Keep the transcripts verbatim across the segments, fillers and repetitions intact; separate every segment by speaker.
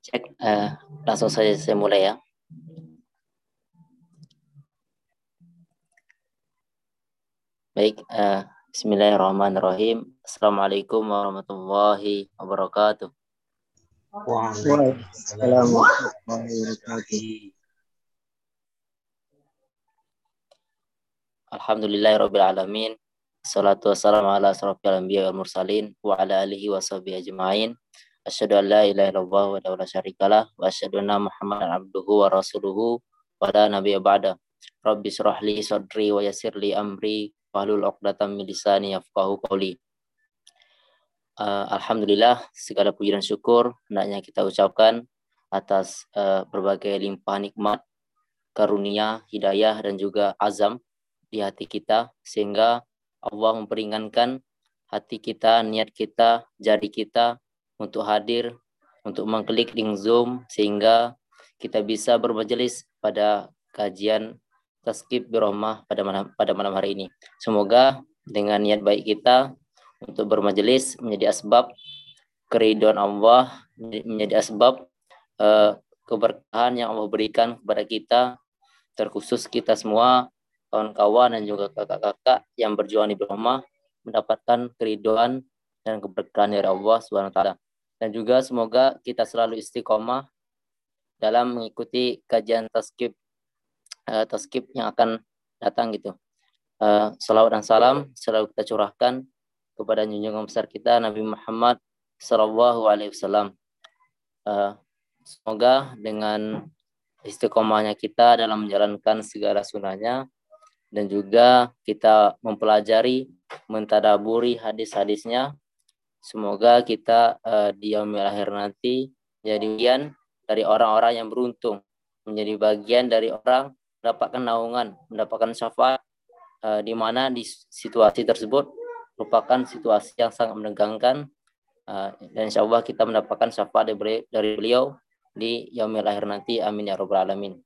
Speaker 1: Cek, eh, langsung saja saya mulai ya. Baik, eh, Bismillahirrahmanirrahim. Assalamualaikum warahmatullahi wabarakatuh.
Speaker 2: Waalaikumsalam warahmatullahi wabarakatuh.
Speaker 1: Alhamdulillahirabbil alamin. Salatu wassalamu ala asrofil anbiya wal mursalin wa ala alihi wa sahbihi ajma'in. Asyhadu an la ilaha illallah wa la syarikalah wa asyhadu anna Muhammadan abduhu wa rasuluhu wa la nabiyya ba'da. Rabbi shrah li sadri wa yassir li amri wahlul 'uqdatam min lisani yafqahu qawli. Uh, Alhamdulillah, segala puji dan syukur hendaknya kita ucapkan atas uh, berbagai limpah nikmat, karunia, hidayah dan juga azam di hati kita, sehingga Allah memperingankan hati kita, niat kita, jari kita untuk hadir, untuk mengklik link Zoom, sehingga kita bisa bermajelis pada kajian Tazkib Birahmah pada malam, pada malam hari ini. Semoga dengan niat baik kita untuk bermajelis menjadi asbab keridhaan Allah, menjadi asbab uh, keberkahan yang Allah berikan kepada kita, terkhusus kita semua, kawan-kawan dan juga kakak-kakak yang berjuang di Birahmah, mendapatkan keridhaan dan keberkahan dari Allah Subhanahu wa taala. Dan juga semoga kita selalu istiqomah dalam mengikuti kajian Tazkib uh, Tazkib yang akan datang gitu. Uh, salawat dan salam selalu kita curahkan kepada junjungan besar kita Nabi Muhammad Sallallahu Alaihi Wasallam. Uh, semoga dengan istiqomahnya kita dalam menjalankan segala sunnahnya dan juga kita mempelajari, mentadaburi hadis-hadisnya, semoga kita uh, di yaumil akhir nanti jadi bagian dari orang-orang yang beruntung, menjadi bagian dari orang mendapatkan naungan, mendapatkan syafaat, uh, di mana di situasi tersebut merupakan situasi yang sangat menegangkan, uh, dan insya Allah kita mendapatkan syafaat dari, dari beliau di yaumil akhir nanti. Amin ya rabbal alamin.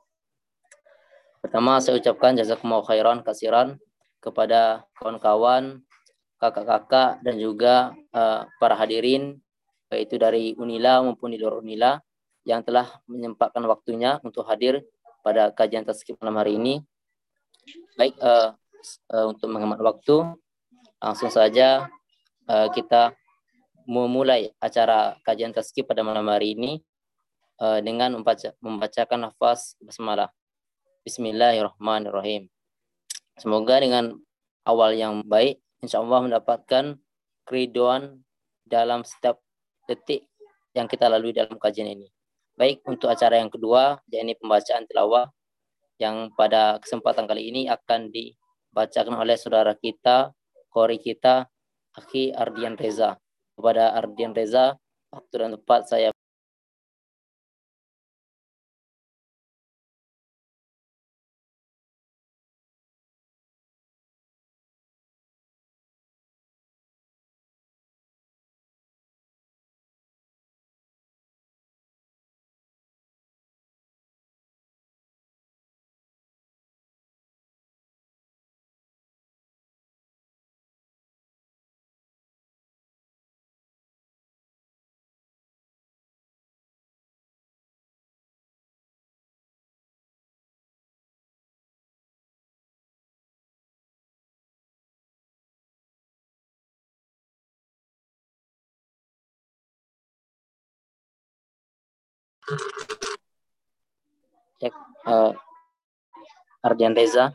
Speaker 1: Pertama saya ucapkan jazakumullah khairan kasiran kepada kawan-kawan, kakak-kakak dan juga uh, para hadirin, baik itu dari Unila maupun di luar Unila, yang telah menyempatkan waktunya untuk hadir pada kajian Tazkib malam hari ini. Baik, uh, uh, untuk menghemat waktu, langsung saja uh, kita memulai acara kajian Tazkib pada malam hari ini uh, dengan membaca, membacakan lafaz basmalah. Bismillahirrahmanirrahim. Semoga dengan awal yang baik, insya Allah mendapatkan keridhaan dalam setiap detik yang kita lalui dalam kajian ini. Baik, untuk acara yang kedua, yakni pembacaan tilawah, yang pada kesempatan kali ini akan dibacakan oleh saudara kita, qori kita, Akhi Ardian Reza. Kepada Ardian Reza, waktu dan tempat saya cek uh, Ardian Reza.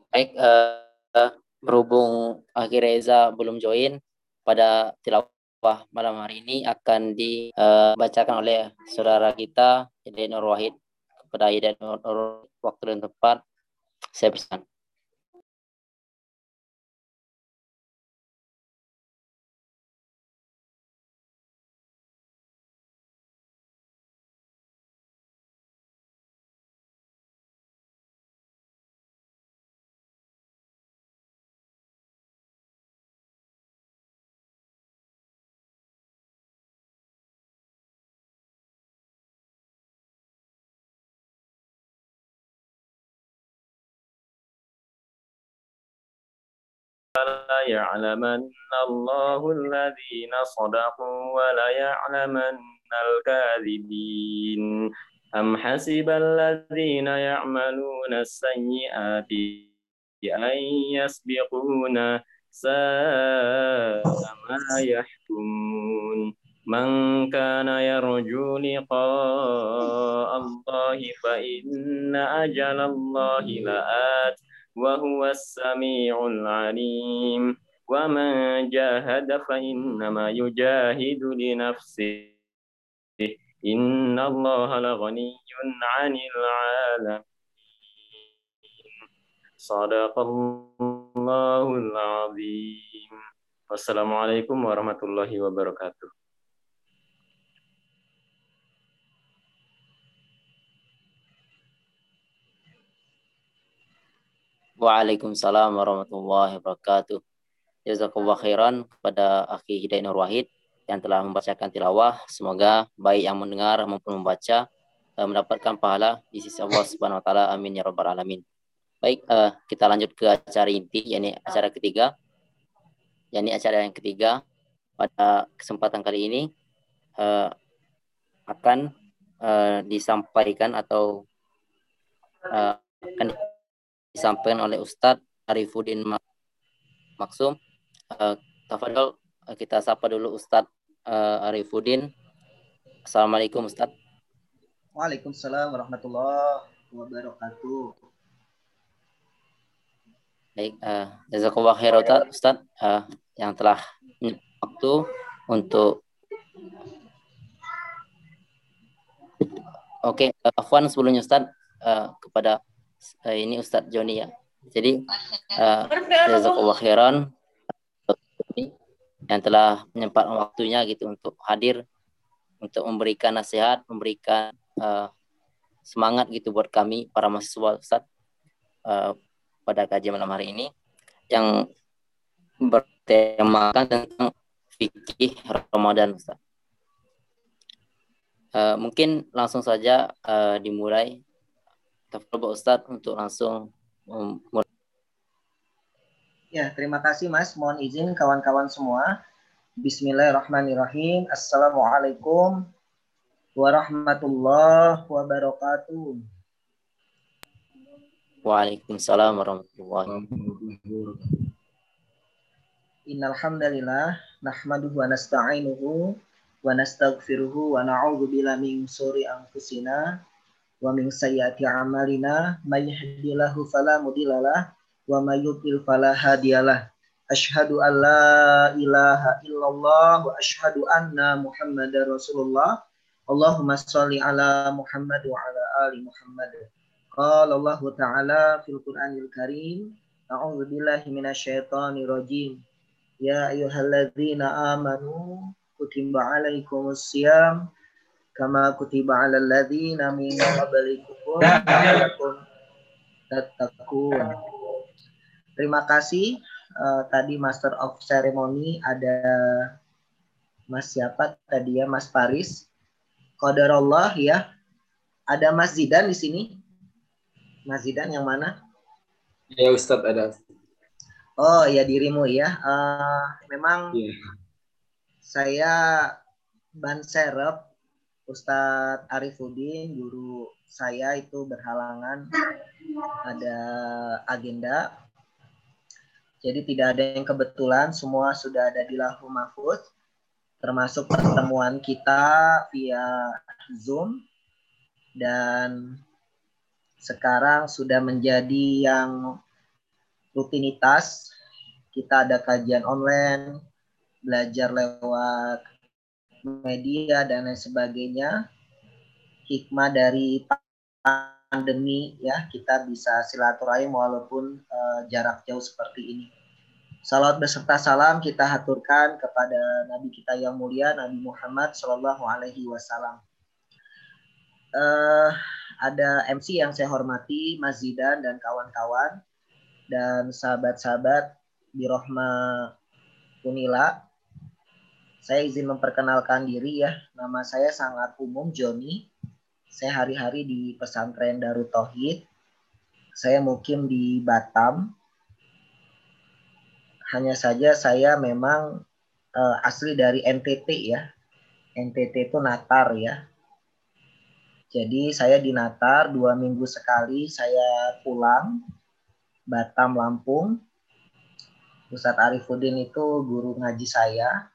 Speaker 1: Baik, uh, berhubung akhir Reza belum join, pada tilawah malam hari ini akan dibacakan uh, oleh saudara kita Hidayat Nur Wahid. Kepada Hidayat Nur Wahid, waktu dan tempat saya pesan.
Speaker 3: يعلمن الله الذين صدقوا وليعلمن الكاذبين أم حسب الذين يعملون السيئات أن يسبقونا ساء ما يحكمون من كان يرجو لقاء الله فإن أجل الله لآت وهو السميع العليم ومن جاهد فإنما يجاهد لنفسه إن الله لغني عن العالمين صدق الله العظيم والسلام عليكم ورحمة الله وبركاته.
Speaker 1: Waalaikumsalam warahmatullahi wabarakatuh. Jazakallah khairan kepada Akhi Hidayat Nur Wahid yang telah membacakan tilawah. Semoga baik yang mendengar maupun membaca uh, mendapatkan pahala di sisi Allah Subhanahu wa taala. Amin ya rabbal alamin. Baik, uh, kita lanjut ke acara inti, yakni acara ketiga. Yakni acara yang ketiga pada kesempatan kali ini uh, akan uh, disampaikan atau uh, akan disampaikan oleh Ustadz Arifuddin Maksum. Uh, Tafadhol, uh, kita sapa dulu Ustadz uh, Arifuddin. Assalamualaikum Ustadz.
Speaker 4: Waalaikumsalam warahmatullahi wabarakatuh.
Speaker 1: Baik, uh, jazakallah khairan Ustadz uh, yang telah waktu untuk Oke, okay, uh, Afwan sebelumnya Ustadz uh, kepada uh, ini Ustadz Joni ya. Jadi uh, jazakallah khairan yang telah menyempatkan waktunya gitu untuk hadir untuk memberikan nasihat, memberikan uh, semangat gitu buat kami para mahasiswa Ustadz uh, pada kajian malam hari ini yang bertemakan tentang fikih Ramadan Ustadz. Uh, mungkin langsung saja uh, dimulai. Tafadhol Ustadz untuk langsung memulai.
Speaker 4: Ya, terima kasih Mas. Mohon izin kawan-kawan semua. Bismillahirrahmanirrahim. Assalamualaikum warahmatullahi wabarakatuh.
Speaker 1: Waalaikumsalam warahmatullahi wabarakatuh.
Speaker 4: Innal hamdalillah nahmaduhu wa nasta'inuhu wa nastaghfiruhu wa na'udzu billahi min syururi anfusina wa min sayyiati a'malina may yahdihillahu fala mudhillalah wa may yudlil fala hadiyalah. Asyhadu an la ilaha illallah wa asyhadu anna Muhammadar Rasulullah. Allahumma shalli ala Muhammad wa ala ali Muhammad. Qala Allah Ta'ala fil Qur'anil Karim, a'udzu billahi minasyaitonir rajim. Ya ayyuhalladzina amanu kutiba alaikumus syiyam kama kutiba alal ladzina min qablikum la'allakum tattaqun. Terima kasih. Uh, tadi Master of Ceremony ada Mas siapa tadi ya, Mas Faris. Qadarullah ya. Ada Mas Zidan di sini. Mas Zidan yang mana?
Speaker 2: Ya Ustadz ada.
Speaker 4: Oh ya, dirimu ya. Uh, memang ya. Saya ban serep Ustadz Arifuddin, guru saya itu berhalangan, ada agenda. Jadi tidak ada yang kebetulan, semua sudah ada di Lauhul Mahfuz, termasuk pertemuan kita via Zoom. Dan sekarang sudah menjadi yang rutinitas. Kita ada kajian online, belajar lewat media dan lain sebagainya. Hikmah dari pandemi ya, kita bisa silaturahim walaupun uh, jarak jauh seperti ini. Salawat beserta salam kita haturkan kepada Nabi kita yang mulia, Nabi Muhammad Shallallahu Alaihi Wasallam. Uh, ada M C yang saya hormati, Mas Zidan dan kawan-kawan, dan sahabat-sahabat di Rohma Unila. Saya izin memperkenalkan diri ya, nama saya sangat umum, Joni. Saya hari-hari di pesantren Darut Tauhid. Saya mukim di Batam. Hanya saja saya memang uh, asli dari N T T ya. N T T itu Natar ya. Jadi saya di Natar dua minggu sekali saya pulang. Batam, Lampung. Ustadz Arifuddin itu guru ngaji saya.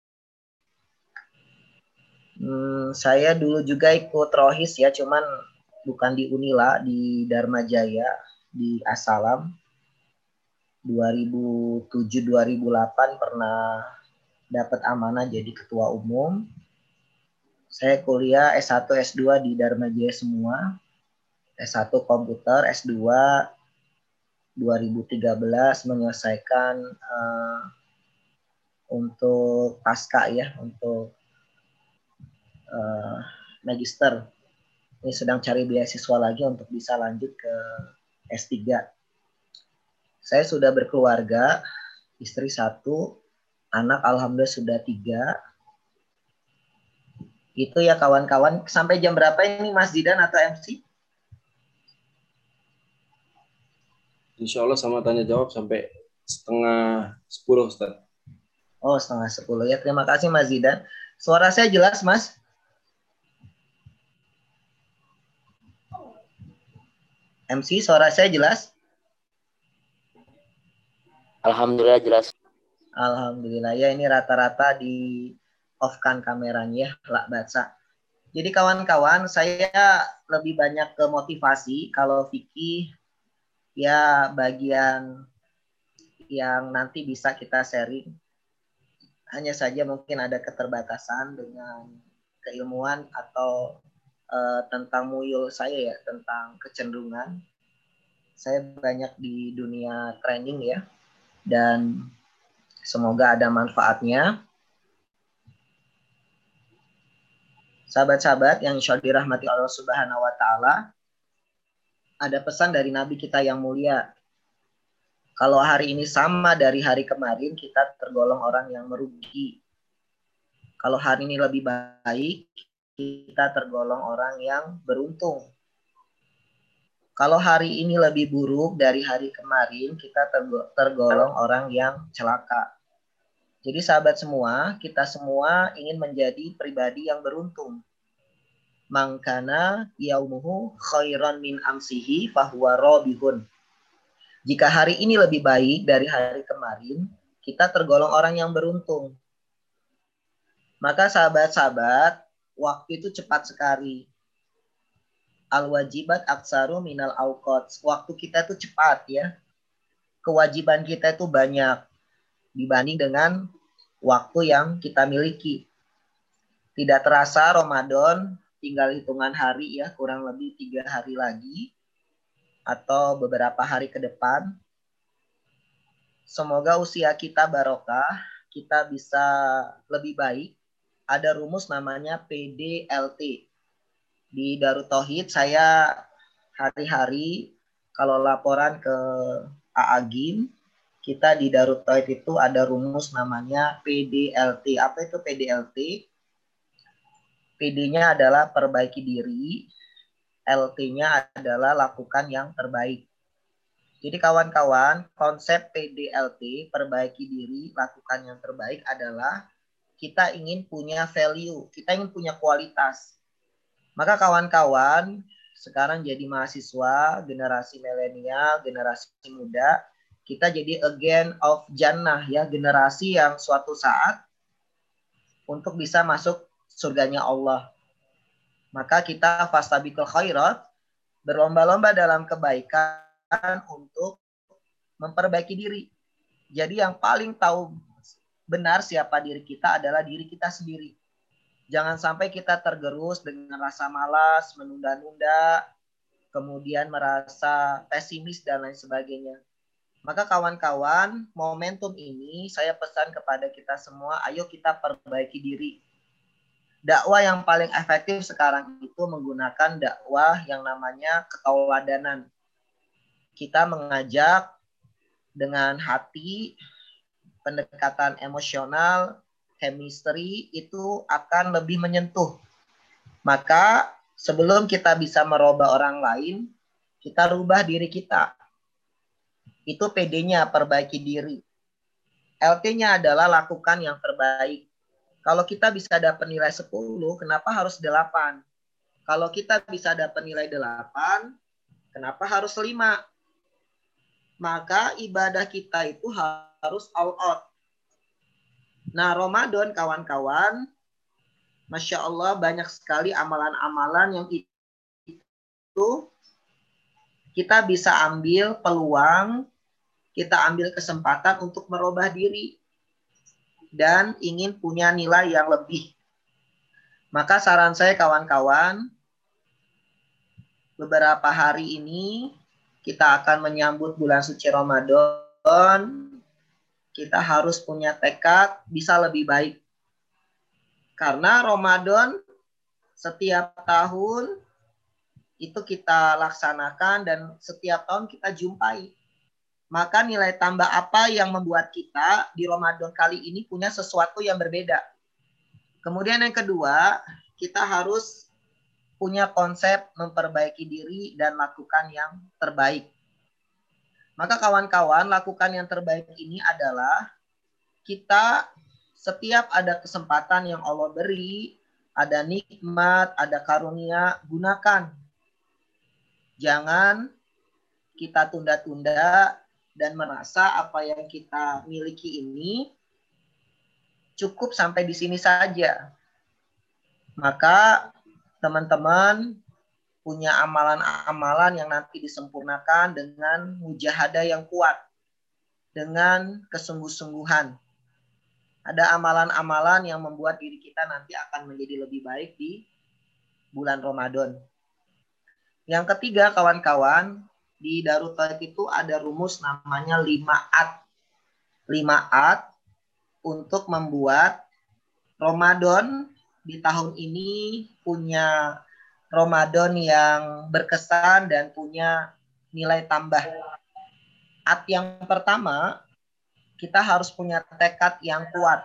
Speaker 4: Hmm, saya dulu juga ikut rohis ya, cuman bukan di Unila, di Dharma Jaya, di Asalam. dua ribu tujuh dua ribu delapan pernah dapat amanah jadi ketua umum. Saya kuliah S satu S dua di Dharma Jaya semua. S satu komputer, S dua dua ribu tiga belas menyelesaikan uh, untuk pasca ya, untuk Uh, magister. Ini sedang cari beasiswa lagi untuk bisa lanjut ke S tiga. Saya sudah berkeluarga, istri satu, anak alhamdulillah sudah tiga. Itu ya kawan-kawan. Sampai jam berapa ini Mas Zidan atau M C?
Speaker 2: Insya Allah sama tanya jawab sampai setengah sepuluh, Ustaz.
Speaker 4: Oh, setengah sepuluh ya. Terima kasih Mas Zidan. Suara saya jelas, Mas? M C, suara saya jelas?
Speaker 1: Alhamdulillah jelas.
Speaker 4: Alhamdulillah ya, ini rata-rata di off-kan kameranya, lah baca. Jadi kawan-kawan, saya lebih banyak ke motivasi. Kalau Vicky ya bagian yang nanti bisa kita sharing. Hanya saja mungkin ada keterbatasan dengan keilmuan atau uh, tentang muyul saya ya, tentang kecenderungan. Saya banyak di dunia training ya, dan semoga ada manfaatnya. Sahabat-sahabat yang insya Allah dirahmati Allah Subhanahu wa Ta'ala, ada pesan dari Nabi kita yang mulia. Kalau hari ini sama dari hari kemarin, kita tergolong orang yang merugi. Kalau hari ini lebih baik, kita tergolong orang yang beruntung. Kalau hari ini lebih buruk dari hari kemarin, kita tergolong orang yang celaka. Jadi sahabat semua, kita semua ingin menjadi pribadi yang beruntung. Mangkana yaumuhu khairan min amsihi fahuwa robihun. Jika hari ini lebih baik dari hari kemarin, kita tergolong orang yang beruntung. Maka sahabat-sahabat, waktu itu cepat sekali. Al-wajibat aksaru minal awqat. Waktu kita itu cepat ya. Kewajiban kita itu banyak dibanding dengan waktu yang kita miliki. Tidak terasa Ramadan tinggal hitungan hari ya, kurang lebih tiga hari lagi atau beberapa hari ke depan. Semoga usia kita barokah, kita bisa lebih baik. Ada rumus namanya P D L T. Di Darut Tauhid saya hari-hari kalau laporan ke A A G I M, kita di Darut Tauhid itu ada rumus namanya P D L T. Apa itu P D L T? P D-nya adalah perbaiki diri, L T-nya adalah lakukan yang terbaik. Jadi kawan-kawan, konsep P D L T, perbaiki diri, lakukan yang terbaik adalah kita ingin punya value, kita ingin punya kualitas. Maka kawan-kawan, sekarang jadi mahasiswa, generasi milenial, generasi muda, kita jadi agent of jannah ya, generasi yang suatu saat untuk bisa masuk surganya Allah. Maka kita fastabiqul khairat, berlomba-lomba dalam kebaikan untuk memperbaiki diri. Jadi yang paling tahu benar siapa diri kita adalah diri kita sendiri. Jangan sampai kita tergerus dengan rasa malas, menunda-nunda, kemudian merasa pesimis dan lain sebagainya. Maka kawan-kawan, momentum ini saya pesan kepada kita semua, ayo kita perbaiki diri. Dakwah yang paling efektif sekarang itu menggunakan dakwah yang namanya ketauladanan. Kita mengajak dengan hati, pendekatan emosional, chemistry itu akan lebih menyentuh. Maka sebelum kita bisa merubah orang lain, kita rubah diri kita. Itu P D-nya, perbaiki diri. L T-nya adalah lakukan yang terbaik. Kalau kita bisa dapat nilai sepuluh, kenapa harus delapan? Kalau kita bisa dapat nilai delapan, kenapa harus lima? Maka ibadah kita itu harus all out. Nah, Ramadan kawan-kawan, Masya Allah banyak sekali amalan-amalan yang itu kita bisa ambil peluang, kita ambil kesempatan untuk merubah diri dan ingin punya nilai yang lebih. Maka saran saya kawan-kawan, beberapa hari ini kita akan menyambut bulan suci Ramadan. Kita harus punya tekad bisa lebih baik. Karena Ramadan setiap tahun itu kita laksanakan dan setiap tahun kita jumpai. Maka nilai tambah apa yang membuat kita di Ramadan kali ini punya sesuatu yang berbeda. Kemudian yang kedua, kita harus punya konsep memperbaiki diri dan lakukan yang terbaik. Maka kawan-kawan, lakukan yang terbaik ini adalah kita setiap ada kesempatan yang Allah beri, ada nikmat, ada karunia, gunakan. Jangan kita tunda-tunda dan merasa apa yang kita miliki ini cukup sampai di sini saja. Maka teman-teman punya amalan-amalan yang nanti disempurnakan dengan mujahadah yang kuat, dengan kesungguh-sungguhan. Ada amalan-amalan yang membuat diri kita nanti akan menjadi lebih baik di bulan Ramadan. Yang ketiga, kawan-kawan, di Darut Tauhid itu ada rumus namanya lima at. lima at untuk membuat Ramadan di tahun ini punya Ramadan yang berkesan dan punya nilai tambah. At yang pertama, kita harus punya tekad yang kuat.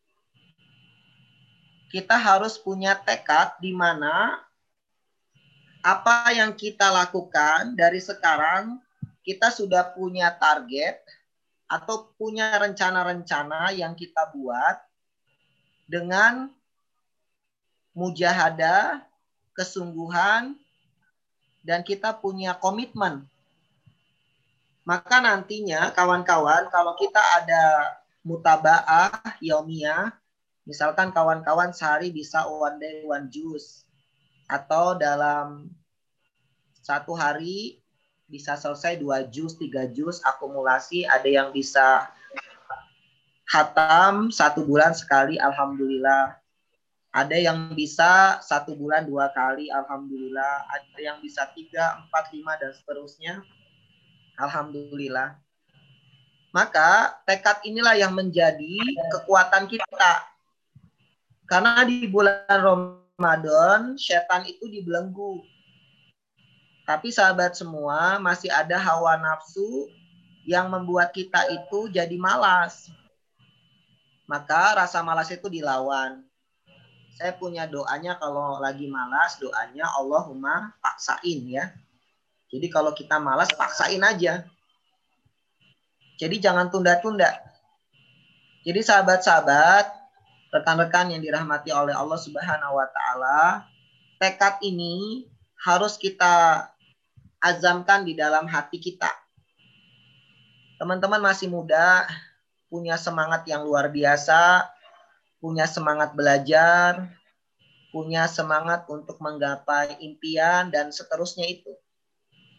Speaker 4: Kita harus punya tekad di mana apa yang kita lakukan dari sekarang, kita sudah punya target atau punya rencana-rencana yang kita buat dengan mujahadah, kesungguhan, dan kita punya komitmen. Maka nantinya kawan-kawan, kalau kita ada mutaba'ah yaumiyah, misalkan kawan-kawan sehari bisa one day one juice, atau dalam satu hari bisa selesai dua juz, tiga juz, akumulasi. Ada yang bisa khatam satu bulan sekali, alhamdulillah. Ada yang bisa satu bulan dua kali, alhamdulillah. Ada yang bisa tiga, empat, lima, dan seterusnya, alhamdulillah. Maka tekad inilah yang menjadi kekuatan kita. Karena di bulan Ramadan, setan itu dibelenggu. Tapi sahabat semua, masih ada hawa nafsu yang membuat kita itu jadi malas. Maka rasa malas itu dilawan. Saya punya doanya kalau lagi malas, doanya Allahumma paksain ya. Jadi kalau kita malas, paksain aja. Jadi jangan tunda-tunda. Jadi sahabat-sahabat, rekan-rekan yang dirahmati oleh Allah Subhanahu wa taala, tekad ini harus kita azamkan di dalam hati kita. Teman-teman masih muda, punya semangat yang luar biasa, punya semangat belajar, punya semangat untuk menggapai impian, dan seterusnya itu.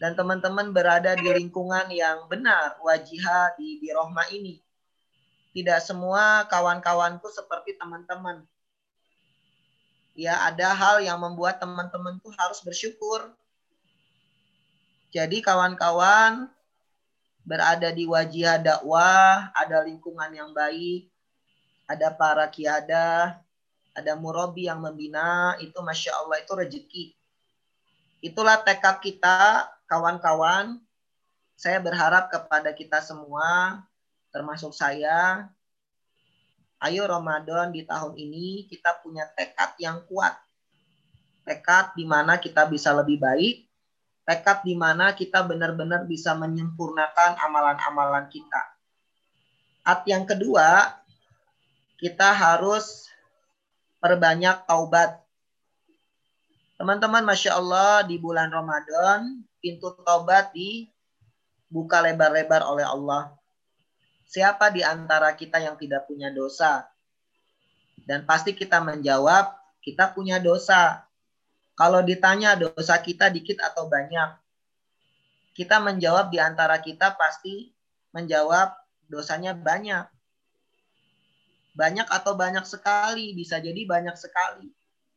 Speaker 4: dan teman-teman berada di lingkungan yang benar, wajihah di Birohmah ini. Tidak semua kawan-kawanku seperti teman-teman. Ya, ada hal yang membuat teman-teman tuh harus bersyukur. Jadi kawan-kawan berada di wajihah dakwah, ada lingkungan yang baik, ada para kiadah, ada murabi yang membina, itu Masya Allah, itu rezeki. Itulah tekad kita, kawan-kawan. Saya berharap kepada kita semua, termasuk saya, ayo Ramadan di tahun ini kita punya tekad yang kuat. Tekad di mana kita bisa lebih baik, tekad di mana kita benar-benar bisa menyempurnakan amalan-amalan kita. At yang kedua, kita harus perbanyak taubat. Teman-teman, Masya Allah, di bulan Ramadan, pintu taubat dibuka lebar-lebar oleh Allah. Siapa di antara kita yang tidak punya dosa? Dan pasti kita menjawab, kita punya dosa. Kalau ditanya dosa kita dikit atau banyak, kita menjawab di antara kita pasti menjawab dosanya banyak. Banyak atau banyak sekali, bisa jadi banyak sekali.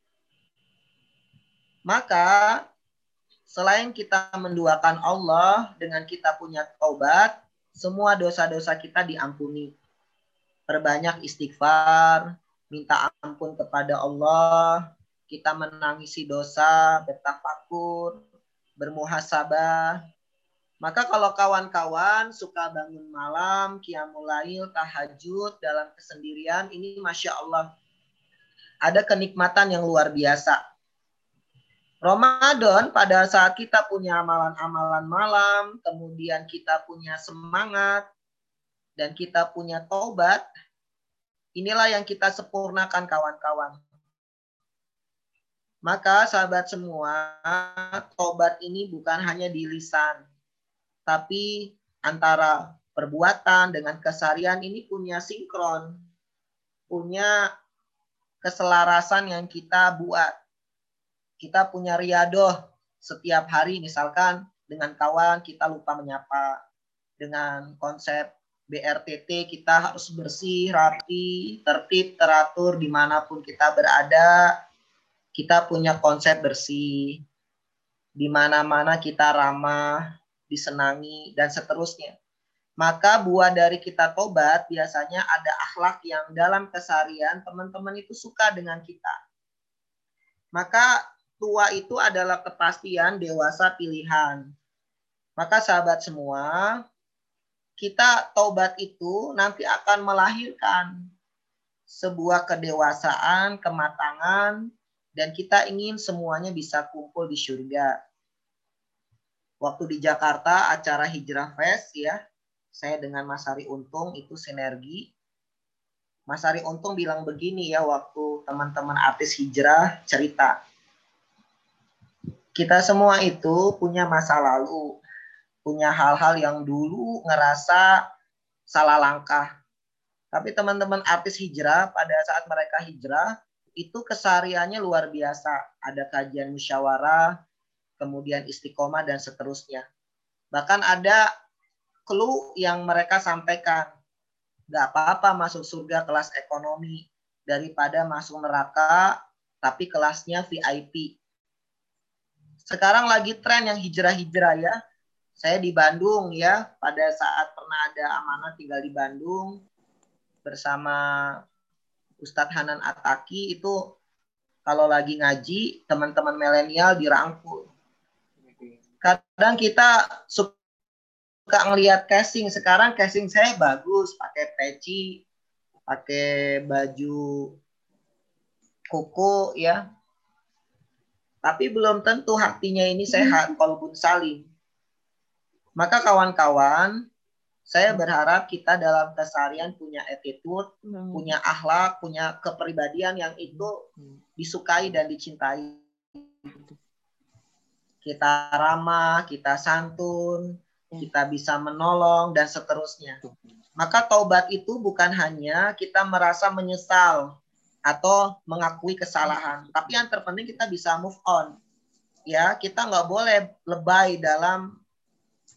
Speaker 4: Maka selain kita menduakan Allah dengan kita punya taubat, semua dosa-dosa kita diampuni. Perbanyak istighfar, minta ampun kepada Allah, kita menangisi dosa, bertafakur, bermuhasabah. Maka kalau kawan-kawan suka bangun malam, qiyamul lail, tahajud dalam kesendirian, ini Masya Allah, ada kenikmatan yang luar biasa. Ramadan pada saat kita punya amalan-amalan malam, kemudian kita punya semangat, dan kita punya taubat, inilah yang kita sempurnakan kawan-kawan. Maka sahabat semua, taubat ini bukan hanya di lisan, tapi antara perbuatan dengan keseharian ini punya sinkron, punya keselarasan yang kita buat. Kita punya riadoh setiap hari, misalkan dengan kawan kita lupa menyapa, dengan konsep B R T T kita harus bersih, rapi, tertib, teratur dimanapun kita berada. Kita punya konsep bersih, di mana-mana kita ramah, disenangi, dan seterusnya. Maka buah dari kita tobat biasanya ada akhlak yang dalam keseharian teman-teman itu suka dengan kita. Maka tua itu adalah kepastian, dewasa pilihan. Maka sahabat semua, kita tobat itu nanti akan melahirkan sebuah kedewasaan, kematangan, dan kita ingin semuanya bisa kumpul di surga. Waktu di Jakarta acara Hijrah Fest ya, saya dengan Mas Ari Untung itu sinergi. Mas Ari Untung bilang begini ya waktu teman-teman artis hijrah cerita. Kita semua itu punya masa lalu, punya hal-hal yang dulu ngerasa salah langkah. Tapi teman-teman artis hijrah pada saat mereka hijrah, itu kesehariannya luar biasa. Ada kajian musyawarah, kemudian istiqomah, dan seterusnya. Bahkan ada clue yang mereka sampaikan. Gak apa-apa masuk surga kelas ekonomi daripada masuk neraka tapi kelasnya V I P. Sekarang lagi tren yang hijrah-hijrah ya. Saya di Bandung ya, pada saat pernah ada amanah tinggal di Bandung bersama Ustadz Hanan Ataki, itu kalau lagi ngaji, teman-teman milenial dirangkul. Kadang kita suka ngelihat casing, sekarang casing saya bagus, pakai peci, pakai baju koko ya. Tapi belum tentu hatinya ini sehat, qalbun salim. Maka kawan-kawan, saya berharap kita dalam keseharian punya attitude, hmm. punya akhlak, punya kepribadian yang itu disukai dan dicintai. Kita ramah, kita santun, kita bisa menolong, dan seterusnya. Maka taubat itu bukan hanya kita merasa menyesal atau mengakui kesalahan, tapi yang terpenting kita bisa move on. Ya, kita nggak boleh lebay dalam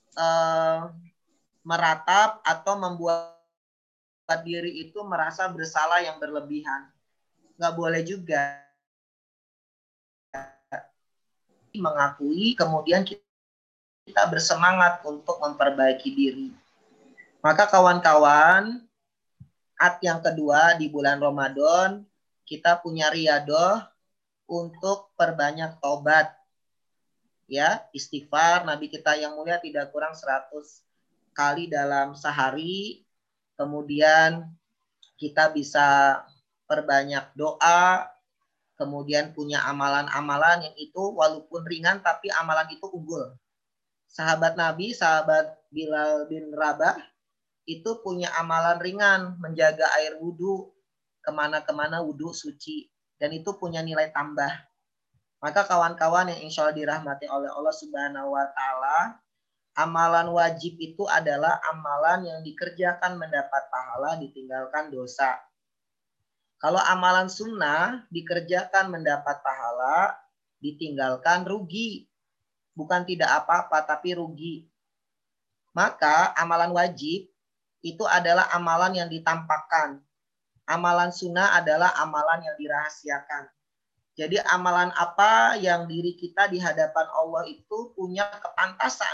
Speaker 4: uh, meratap atau membuat diri itu merasa bersalah yang berlebihan. Nggak boleh juga mengakui, kemudian kita bersemangat untuk memperbaiki diri. Maka kawan-kawan, at yang kedua di bulan Ramadan, kita punya riyadoh untuk perbanyak tobat. Ya, istighfar, Nabi kita yang mulia tidak kurang seratus kali dalam sehari. Kemudian kita bisa perbanyak doa, kemudian punya amalan-amalan yang itu walaupun ringan tapi amalan itu unggul. Sahabat Nabi, sahabat Bilal bin Rabah itu punya amalan ringan, menjaga air wudhu, kemana-kemana wudhu suci, dan itu punya nilai tambah. Maka kawan-kawan yang insya Allah dirahmati oleh Allah Subhanahu wa Ta'ala, amalan wajib itu adalah amalan yang dikerjakan mendapat pahala, ditinggalkan dosa. Kalau amalan sunnah dikerjakan mendapat pahala, ditinggalkan rugi. Bukan tidak apa-apa, tapi rugi. Maka amalan wajib itu adalah amalan yang ditampakkan. Amalan sunnah adalah amalan yang dirahasiakan. Jadi amalan apa yang diri kita di hadapan Allah itu punya kepantasan.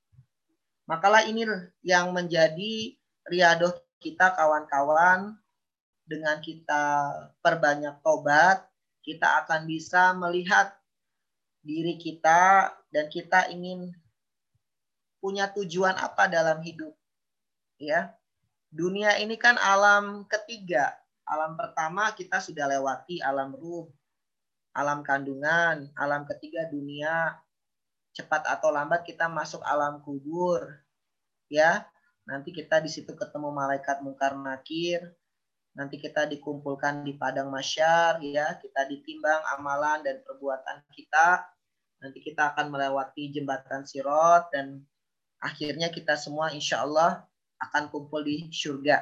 Speaker 4: Makalah ini yang menjadi riyadoh kita kawan-kawan. Dengan kita perbanyak tobat, kita akan bisa melihat diri kita dan kita ingin punya tujuan apa dalam hidup. Ya, dunia ini kan alam ketiga. Alam pertama kita sudah lewati, alam ruh, alam kandungan. Alam ketiga dunia. Cepat atau lambat kita masuk alam kubur. Ya, nanti kita di situ ketemu malaikat mungkar nakir. Nanti kita dikumpulkan di padang mahsyar, ya, kita ditimbang amalan dan perbuatan kita. Nanti kita akan melewati jembatan Sirat dan akhirnya kita semua insya Allah akan kumpul di surga.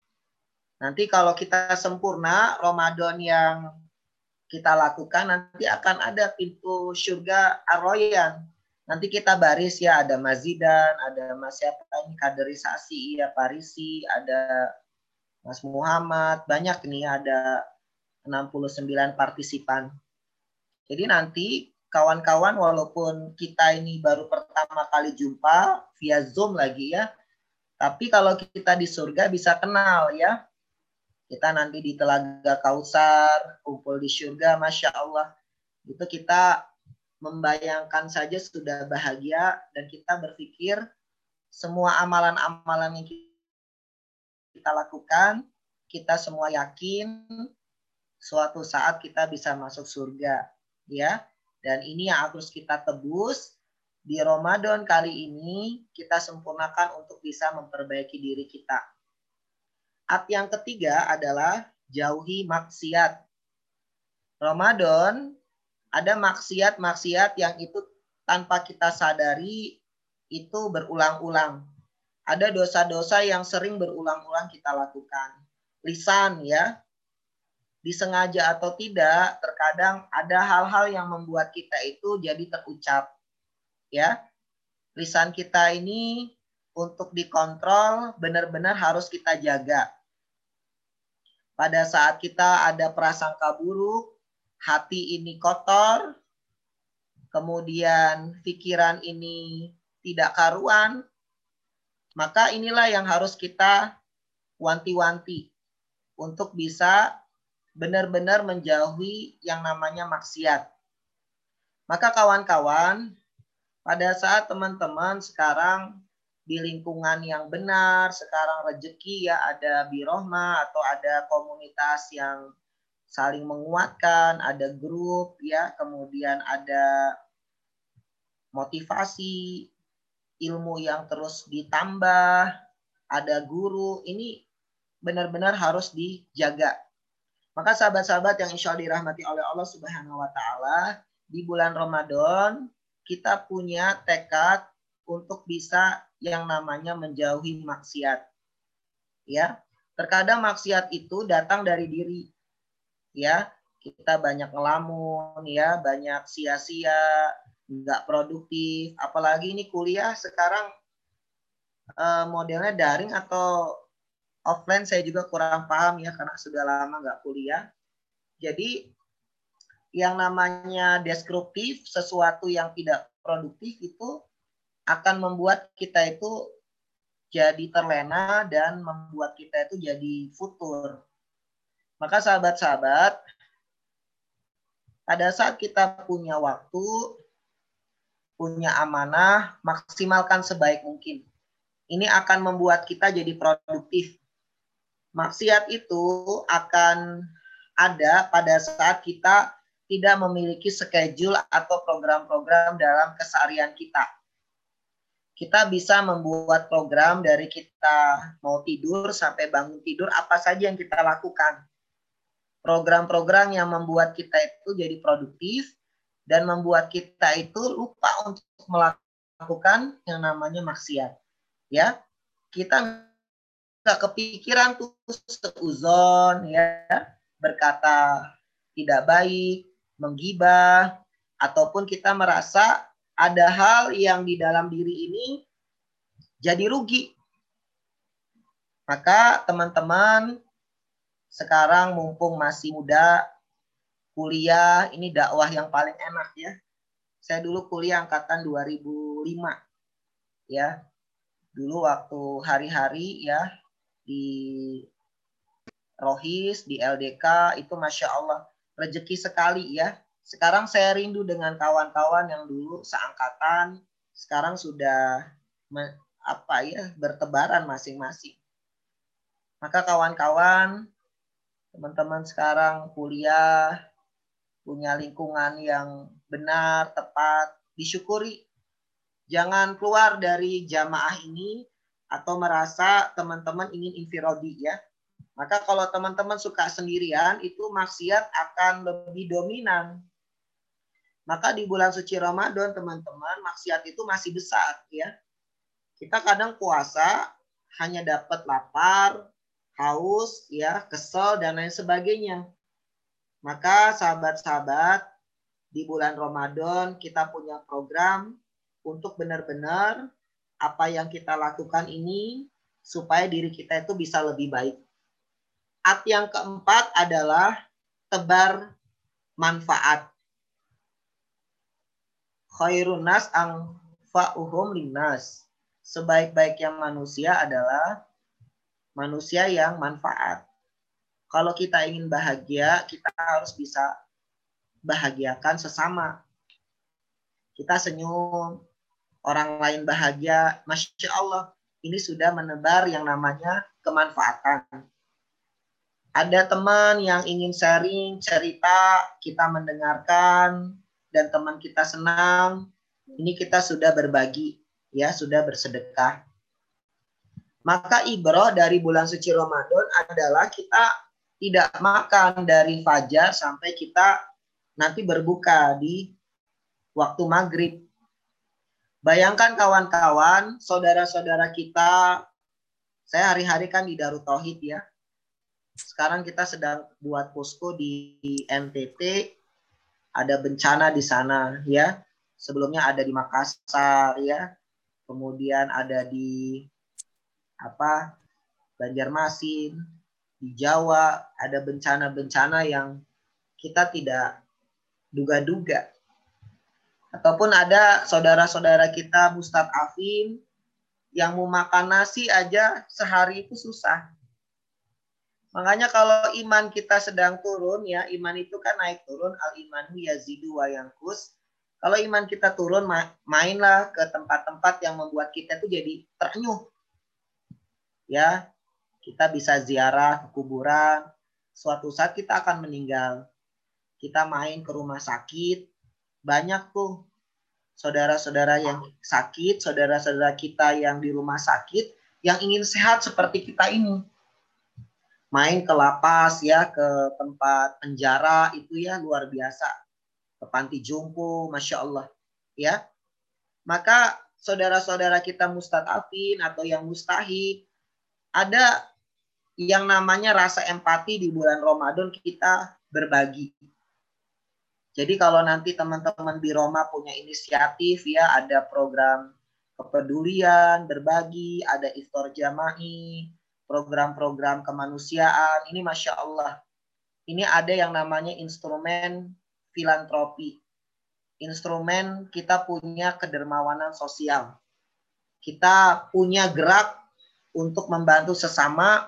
Speaker 4: Nanti kalau kita sempurna, Ramadan yang kita lakukan nanti akan ada pintu surga Ar-Rayyan. Nanti kita baris ya, ada Mazidan, ada Mas siapa ini kaderisasi, ya Parisi, ada Mas Muhammad, banyak nih, ada enam puluh sembilan partisipan. Jadi nanti kawan-kawan walaupun kita ini baru pertama kali jumpa via Zoom lagi ya, tapi kalau kita di surga bisa kenal ya. Kita nanti di Telaga Kausar, kumpul di surga, Masya Allah. Itu kita membayangkan saja sudah bahagia dan kita berpikir semua amalan-amalan yang kita kita lakukan, kita semua yakin suatu saat kita bisa masuk surga, ya. Dan ini yang harus kita tebus di Ramadan kali ini, kita sempurnakan untuk bisa memperbaiki diri kita. At yang ketiga adalah jauhi maksiat. Ramadan ada maksiat-maksiat yang itu tanpa kita sadari itu berulang-ulang. Ada dosa-dosa yang sering berulang-ulang kita lakukan. Lisan ya, disengaja atau tidak, terkadang ada hal-hal yang membuat kita itu jadi terucap. Ya, lisan kita ini untuk dikontrol benar-benar harus kita jaga. Pada saat kita ada prasangka buruk, hati ini kotor, kemudian pikiran ini tidak karuan, maka inilah yang harus kita wanti-wanti untuk bisa benar-benar menjauhi yang namanya maksiat. Maka kawan-kawan, pada saat teman-teman sekarang di lingkungan yang benar, sekarang rezeki ya ada birohma atau ada komunitas yang saling menguatkan, ada grup ya, kemudian ada motivasi, ilmu yang terus ditambah, ada guru, ini benar-benar harus dijaga. Maka sahabat-sahabat yang insya Allah dirahmati oleh Allah Subhanahu wa Ta'ala, di bulan Ramadan kita punya tekad untuk bisa yang namanya menjauhi maksiat. Ya, terkadang maksiat itu datang dari diri. Ya, kita banyak ngelamun, ya, banyak sia-sia, nggak produktif, apalagi ini kuliah sekarang uh, modelnya daring atau offline saya juga kurang paham ya karena sudah lama nggak kuliah. Jadi yang namanya deskriptif, sesuatu yang tidak produktif itu akan membuat kita itu jadi terlena dan membuat kita itu jadi futur. Maka sahabat-sahabat, pada saat kita punya waktu, punya amanah, maksimalkan sebaik mungkin. Ini akan membuat kita jadi produktif. Maksiat itu akan ada pada saat kita tidak memiliki schedule atau program-program dalam keseharian kita. Kita bisa membuat program dari kita mau tidur sampai bangun tidur, apa saja yang kita lakukan. Program-program yang membuat kita itu jadi produktif dan membuat kita itu lupa untuk melakukan yang namanya maksiat. Ya, kita nggak kepikiran tuh seuzon ya, berkata tidak baik, menggibah, ataupun kita merasa ada hal yang di dalam diri ini jadi rugi. Maka teman-teman sekarang mumpung masih muda, kuliah, ini dakwah yang paling enak ya. Saya dulu kuliah angkatan dua ribu lima. Ya. Dulu waktu hari-hari ya di Rohis, di L D K itu Masya Allah rezeki sekali ya. Sekarang saya rindu dengan kawan-kawan yang dulu seangkatan, sekarang sudah apa ya bertebaran masing-masing. Maka kawan-kawan, teman-teman sekarang kuliah, punya lingkungan yang benar, tepat, disyukuri. Jangan keluar dari jamaah ini atau merasa teman-teman ingin infirodi ya. Maka kalau teman-teman suka sendirian, itu maksiat akan lebih dominan. Maka di bulan suci Ramadan, teman-teman, maksiat itu masih besar ya. Kita kadang puasa hanya dapat lapar, haus, ya, kesel, dan lain sebagainya. Maka sahabat-sahabat, di bulan Ramadan kita punya program untuk benar-benar apa yang kita lakukan ini supaya diri kita itu bisa lebih baik. At yang keempat adalah tebar manfaat. Khairun nas anfa'uhum linnas. Sebaik-baiknya manusia adalah manusia yang manfaat. Kalau kita ingin bahagia, kita harus bisa bahagiakan sesama. Kita senyum, orang lain bahagia, Masya Allah, ini sudah menebar yang namanya kemanfaatan. Ada teman yang ingin sharing, cerita, kita mendengarkan, dan teman kita senang, ini kita sudah berbagi, ya, sudah bersedekah. Maka ibrah dari bulan suci Ramadan adalah kita tidak makan dari fajar sampai kita nanti berbuka di waktu maghrib. Bayangkan kawan-kawan, saudara-saudara kita, saya hari-hari kan di Darut Tauhid ya. Sekarang kita sedang buat posko di N T T, ada bencana di sana ya. Sebelumnya ada di Makassar ya. Kemudian ada di apa? Banjarmasin, di Jawa, ada bencana-bencana yang kita tidak duga-duga. Ataupun ada saudara-saudara kita Ustadz Afin yang mau makan nasi aja sehari itu susah. Makanya kalau iman kita sedang turun ya, iman itu kan naik turun, al-imanu yazidu wa yanqus. Kalau iman kita turun, mainlah ke tempat-tempat yang membuat kita itu jadi terenyuh. Ya, kita bisa ziarah ke kuburan. Suatu saat kita akan meninggal. Kita main ke rumah sakit. Banyak tuh saudara-saudara yang sakit, saudara-saudara kita yang di rumah sakit, yang ingin sehat seperti kita ini. Main ke lapas ya, ke tempat penjara itu ya luar biasa. Ke panti jompo, Masya Allah. Ya, maka saudara-saudara kita mustadafin atau yang mustahik, ada yang namanya rasa empati di bulan Ramadan kita berbagi. Jadi kalau nanti teman-teman di Roma punya inisiatif ya, ada program kepedulian, berbagi, ada iftar jama'i, program-program kemanusiaan. Ini Masya Allah. Ini ada yang namanya instrumen filantropi. Instrumen kita punya kedermawanan sosial. Kita punya gerak untuk membantu sesama.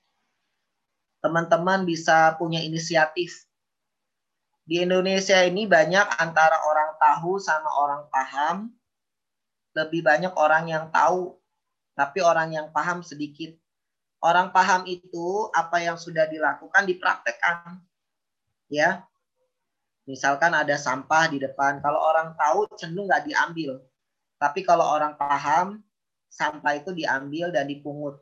Speaker 4: Teman-teman bisa punya inisiatif. Di Indonesia ini banyak antara orang tahu sama orang paham. Lebih banyak orang yang tahu, tapi orang yang paham sedikit. Orang paham itu apa yang sudah dilakukan dipraktekkan. Ya, misalkan ada sampah di depan. Kalau orang tahu cenderung nggak diambil. Tapi kalau orang paham, sampah itu diambil dan dipungut.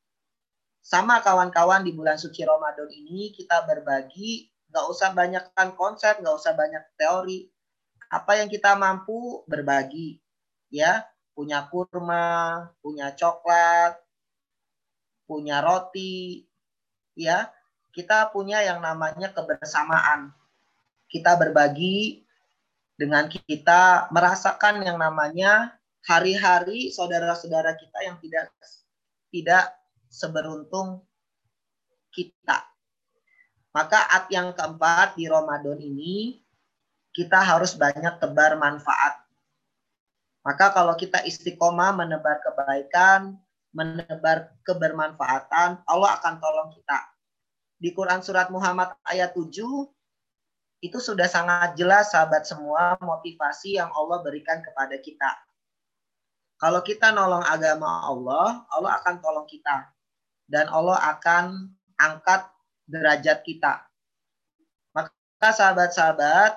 Speaker 4: Sama kawan-kawan di bulan suci Ramadan ini kita berbagi, nggak usah banyakkan konsep, nggak usah banyak teori. Apa yang kita mampu berbagi. Ya, punya kurma, punya coklat, punya roti, ya. Kita punya yang namanya kebersamaan. Kita berbagi dengan kita merasakan yang namanya hari-hari saudara-saudara kita yang tidak tidak seberuntung kita. Maka at yang keempat di Ramadan ini kita harus banyak tebar manfaat. Maka kalau kita istiqomah menebar kebaikan, menebar kebermanfaatan, Allah akan tolong kita. Di Quran Surat Muhammad ayat tujuh, itu sudah sangat jelas sahabat semua motivasi yang Allah berikan kepada kita. Kalau kita nolong agama Allah, Allah akan tolong kita. Dan Allah akan angkat derajat kita. Maka sahabat-sahabat,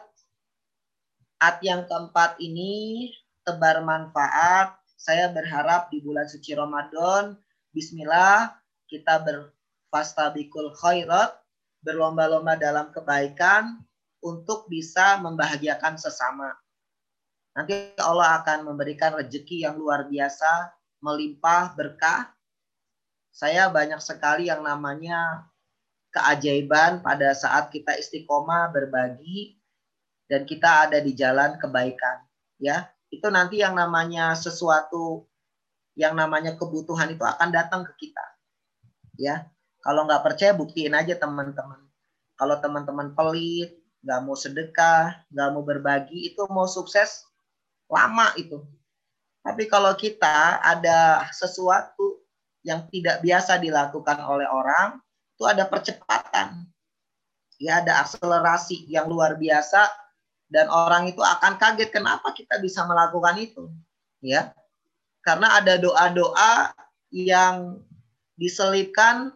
Speaker 4: at yang keempat ini tebar manfaat. Saya berharap di bulan suci Ramadan, bismillah, kita berfastabikul khairat, berlomba-lomba dalam kebaikan untuk bisa membahagiakan sesama. Nanti Allah akan memberikan rezeki yang luar biasa, melimpah, berkah. Saya banyak sekali yang namanya keajaiban pada saat kita istiqomah berbagi dan kita ada di jalan kebaikan. Ya, itu nanti yang namanya sesuatu, yang namanya kebutuhan itu akan datang ke kita. Ya, kalau nggak percaya buktiin aja teman-teman. Kalau teman-teman pelit, nggak mau sedekah, nggak mau berbagi, itu mau sukses lama itu. Tapi kalau kita ada sesuatu yang tidak biasa dilakukan oleh orang, itu ada percepatan. Ya, ada akselerasi yang luar biasa. Dan orang itu akan kaget kenapa kita bisa melakukan itu, ya, karena ada doa-doa yang diselipkan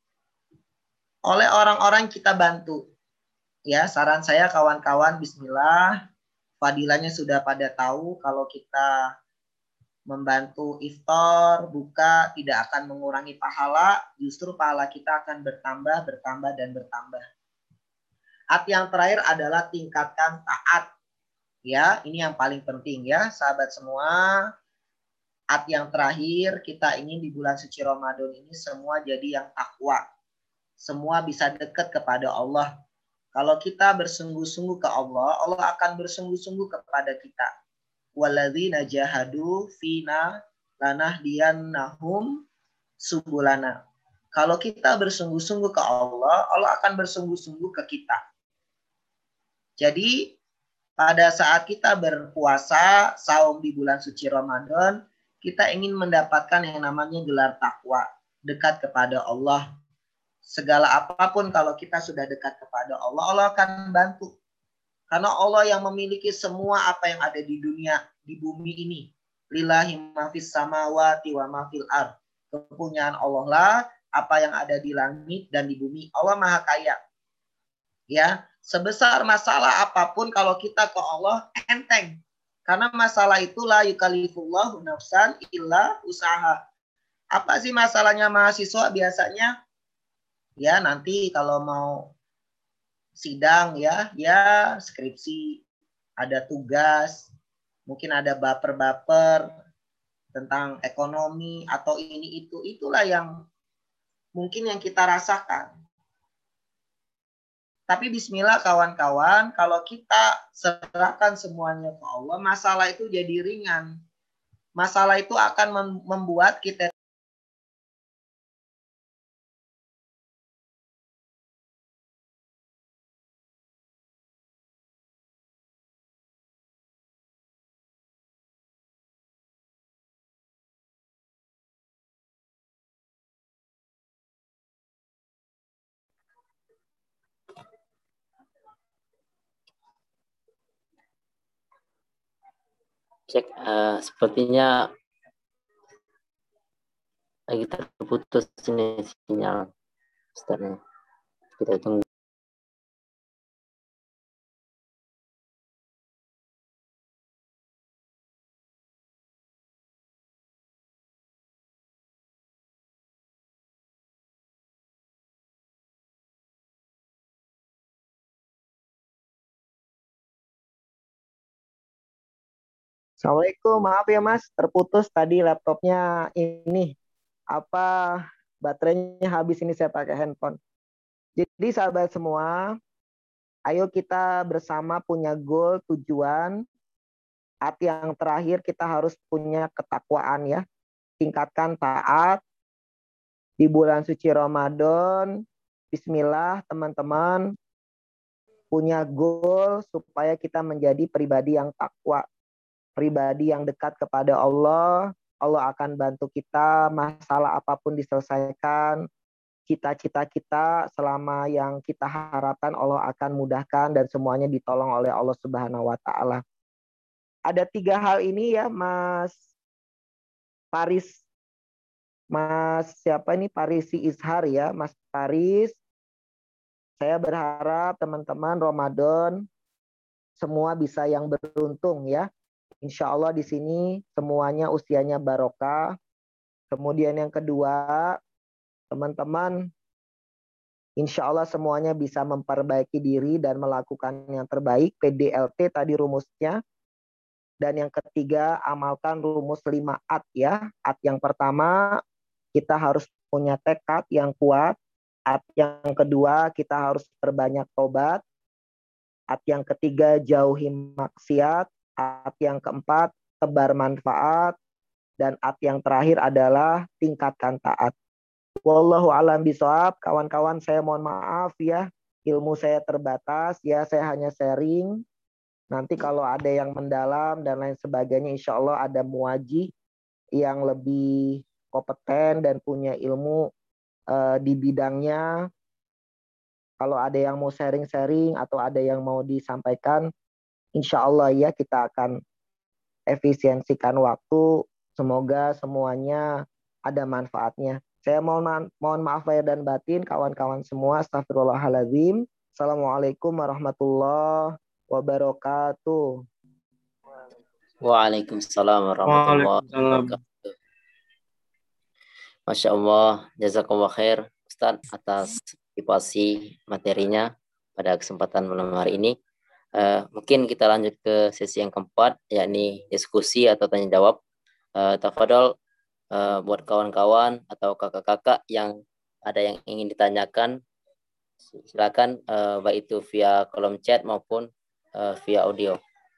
Speaker 4: oleh orang-orang yang kita bantu. Ya, saran saya kawan-kawan, bismillah, fadilahnya sudah pada tahu kalau kita membantu iftar, buka, tidak akan mengurangi pahala, justru pahala kita akan bertambah, bertambah, dan bertambah. At yang terakhir adalah tingkatkan taat. Ya, ini yang paling penting ya, sahabat semua. At yang terakhir, kita ingin di bulan suci Ramadan ini semua jadi yang takwa. Semua bisa dekat kepada Allah. Kalau kita bersungguh-sungguh ke Allah, Allah akan bersungguh-sungguh kepada kita. Walladzina jahadu fina lanahdiyannahum subulana. Kalau kita bersungguh-sungguh ke Allah, Allah akan bersungguh-sungguh ke kita. Jadi pada saat kita berpuasa, saum di bulan suci Ramadan, kita ingin mendapatkan yang namanya gelar takwa, dekat kepada Allah. Segala apapun kalau kita sudah dekat kepada Allah, Allah akan bantu. Karena Allah yang memiliki semua apa yang ada di dunia, di bumi ini. Lillahi ma fis samawati wa ma fil ardh. Kepunyaan Allah lah apa yang ada di langit dan di bumi. Allah Maha Kaya. Ya, sebesar masalah apapun kalau kita ke Allah enteng. Karena masalah itulah yukallifullahu nafsan illa usaha. Apa sih masalahnya mahasiswa biasanya? Ya, nanti kalau mau sidang ya, ya skripsi, ada tugas, mungkin ada baper-baper tentang ekonomi atau ini itu. Itulah yang mungkin yang kita rasakan. Tapi bismillah kawan-kawan, kalau kita serahkan semuanya ke Allah, masalah itu jadi ringan. masalah itu akan membuat kita
Speaker 1: Cek, uh, sepertinya lagi terputus ini sinyal. Ustaznya. Kita tunggu.
Speaker 4: Assalamualaikum, maaf ya Mas, terputus tadi laptopnya ini apa baterainya habis, ini saya pakai handphone. Jadi sahabat semua, ayo kita bersama punya goal, tujuan. At yang terakhir kita harus punya ketakwaan ya. Tingkatkan taat di bulan suci Ramadan. Bismillah teman-teman, punya goal supaya kita menjadi pribadi yang takwa, pribadi yang dekat kepada Allah. Allah akan bantu kita, masalah apapun diselesaikan, cita-cita kita selama yang kita harapkan Allah akan mudahkan dan semuanya ditolong oleh Allah Subhanahu wa taala. Ada tiga hal ini ya Mas Paris. Mas siapa ini? Parisi Izhar ya, Mas Paris. Saya berharap teman-teman Ramadan semua bisa yang beruntung ya. Insya Allah di sini semuanya usianya barokah. Kemudian yang kedua, teman-teman insya Allah semuanya bisa memperbaiki diri dan melakukan yang terbaik. P D L T tadi rumusnya. Dan yang ketiga, amalkan rumus lima at ya. At yang pertama, kita harus punya tekad yang kuat. At yang kedua, kita harus perbanyak tobat. At yang ketiga, jauhi maksiat. At yang keempat, tebar manfaat. Dan at yang terakhir adalah tingkatkan taat. Wallahu a'lam bishawab. Kawan-kawan, saya mohon maaf ya. Ilmu saya terbatas ya, saya hanya sharing. Nanti kalau ada yang mendalam dan lain sebagainya, insya Allah ada muaji yang lebih kompeten dan punya ilmu uh, di bidangnya. Kalau ada yang mau sharing-sharing atau ada yang mau disampaikan, insya Allah ya kita akan efisiensikan waktu. Semoga semuanya ada manfaatnya. Saya mohon, mohon maaf lahir dan batin kawan-kawan semua. Astagfirullahaladzim. Assalamualaikum warahmatullahi wabarakatuh.
Speaker 1: Waalaikumsalam warahmatullahi wabarakatuh. Masya Allah, jazakallah khair Ustaz atas partisipasi materinya pada kesempatan malam hari ini. Uh, mungkin kita lanjut ke sesi yang keempat, yakni diskusi atau tanya jawab. Uh, tafadhol uh, buat kawan-kawan atau kakak-kakak yang ada yang ingin ditanyakan, silakan uh, baik itu via kolom chat maupun uh, via audio.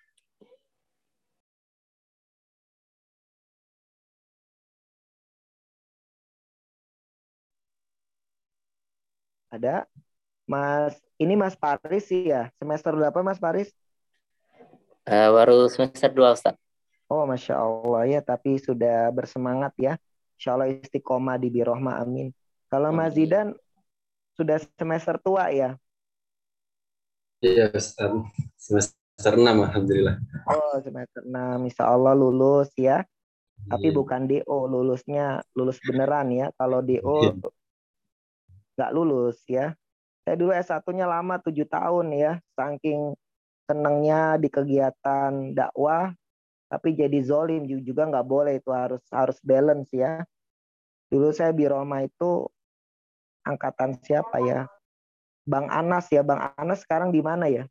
Speaker 4: Ada Mas, ini Mas Paris sih ya, semester berapa Mas Paris?
Speaker 1: Uh, baru semester dua Ustaz.
Speaker 4: Oh Masya Allah ya, tapi sudah bersemangat ya. Insya Allah istiqomah di birohma amin. Kalau Mas Zidan sudah semester tua ya?
Speaker 2: Iya Ustaz, semester enam Alhamdulillah.
Speaker 4: Oh semester enam, Insya Allah lulus ya. Tapi yeah. Bukan D O, lulusnya lulus beneran ya. Kalau D O yeah. Nggak lulus ya. Saya dulu S satu-nya lama tujuh tahun ya. Saking senangnya di kegiatan dakwah, tapi jadi zolim juga nggak boleh, itu harus harus balance ya. Dulu saya Biroma itu angkatan siapa ya? Bang Anas ya, Bang Anas sekarang di mana ya?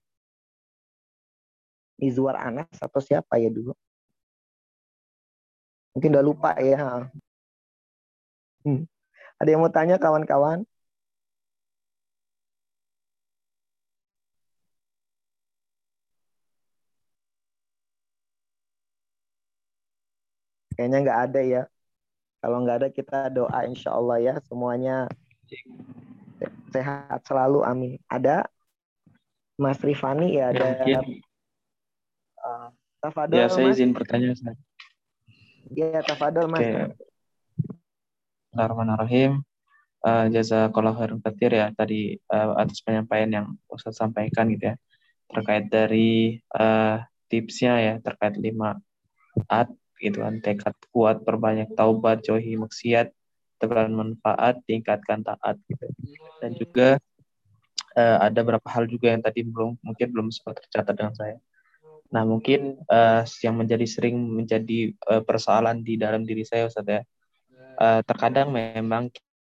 Speaker 4: Izwar Anas atau siapa ya dulu? Mungkin udah lupa ya. Hmm. Ada yang mau tanya kawan-kawan? Kayaknya nggak ada ya. Kalau nggak ada kita doa insya Allah ya semuanya sehat selalu, amin. Ada Mas Rifani ya,
Speaker 5: Ya,
Speaker 4: ada
Speaker 5: mungkin
Speaker 4: uh,
Speaker 5: ya
Speaker 4: Tafadol
Speaker 5: saya
Speaker 4: Mas.
Speaker 5: izin bertanya, Ustaz.
Speaker 4: Ya Tafadol Mas.
Speaker 5: Oke, Bismillahirrahmanirrahim. Uh, jazakallahu khairan katsir ya tadi uh, atas penyampaian yang Ustaz sampaikan gitu ya terkait dari uh, tipsnya ya terkait lima at gitu kan, tekad kuat, perbanyak taubat, jauhi maksiat, tebar manfaat, tingkatkan taat gitu. Dan juga uh, ada beberapa hal juga yang tadi belum mungkin belum sempat tercatat dengan saya. Nah, mungkin uh, yang menjadi sering menjadi uh, persoalan di dalam diri saya, Ustaz ya. Uh, terkadang memang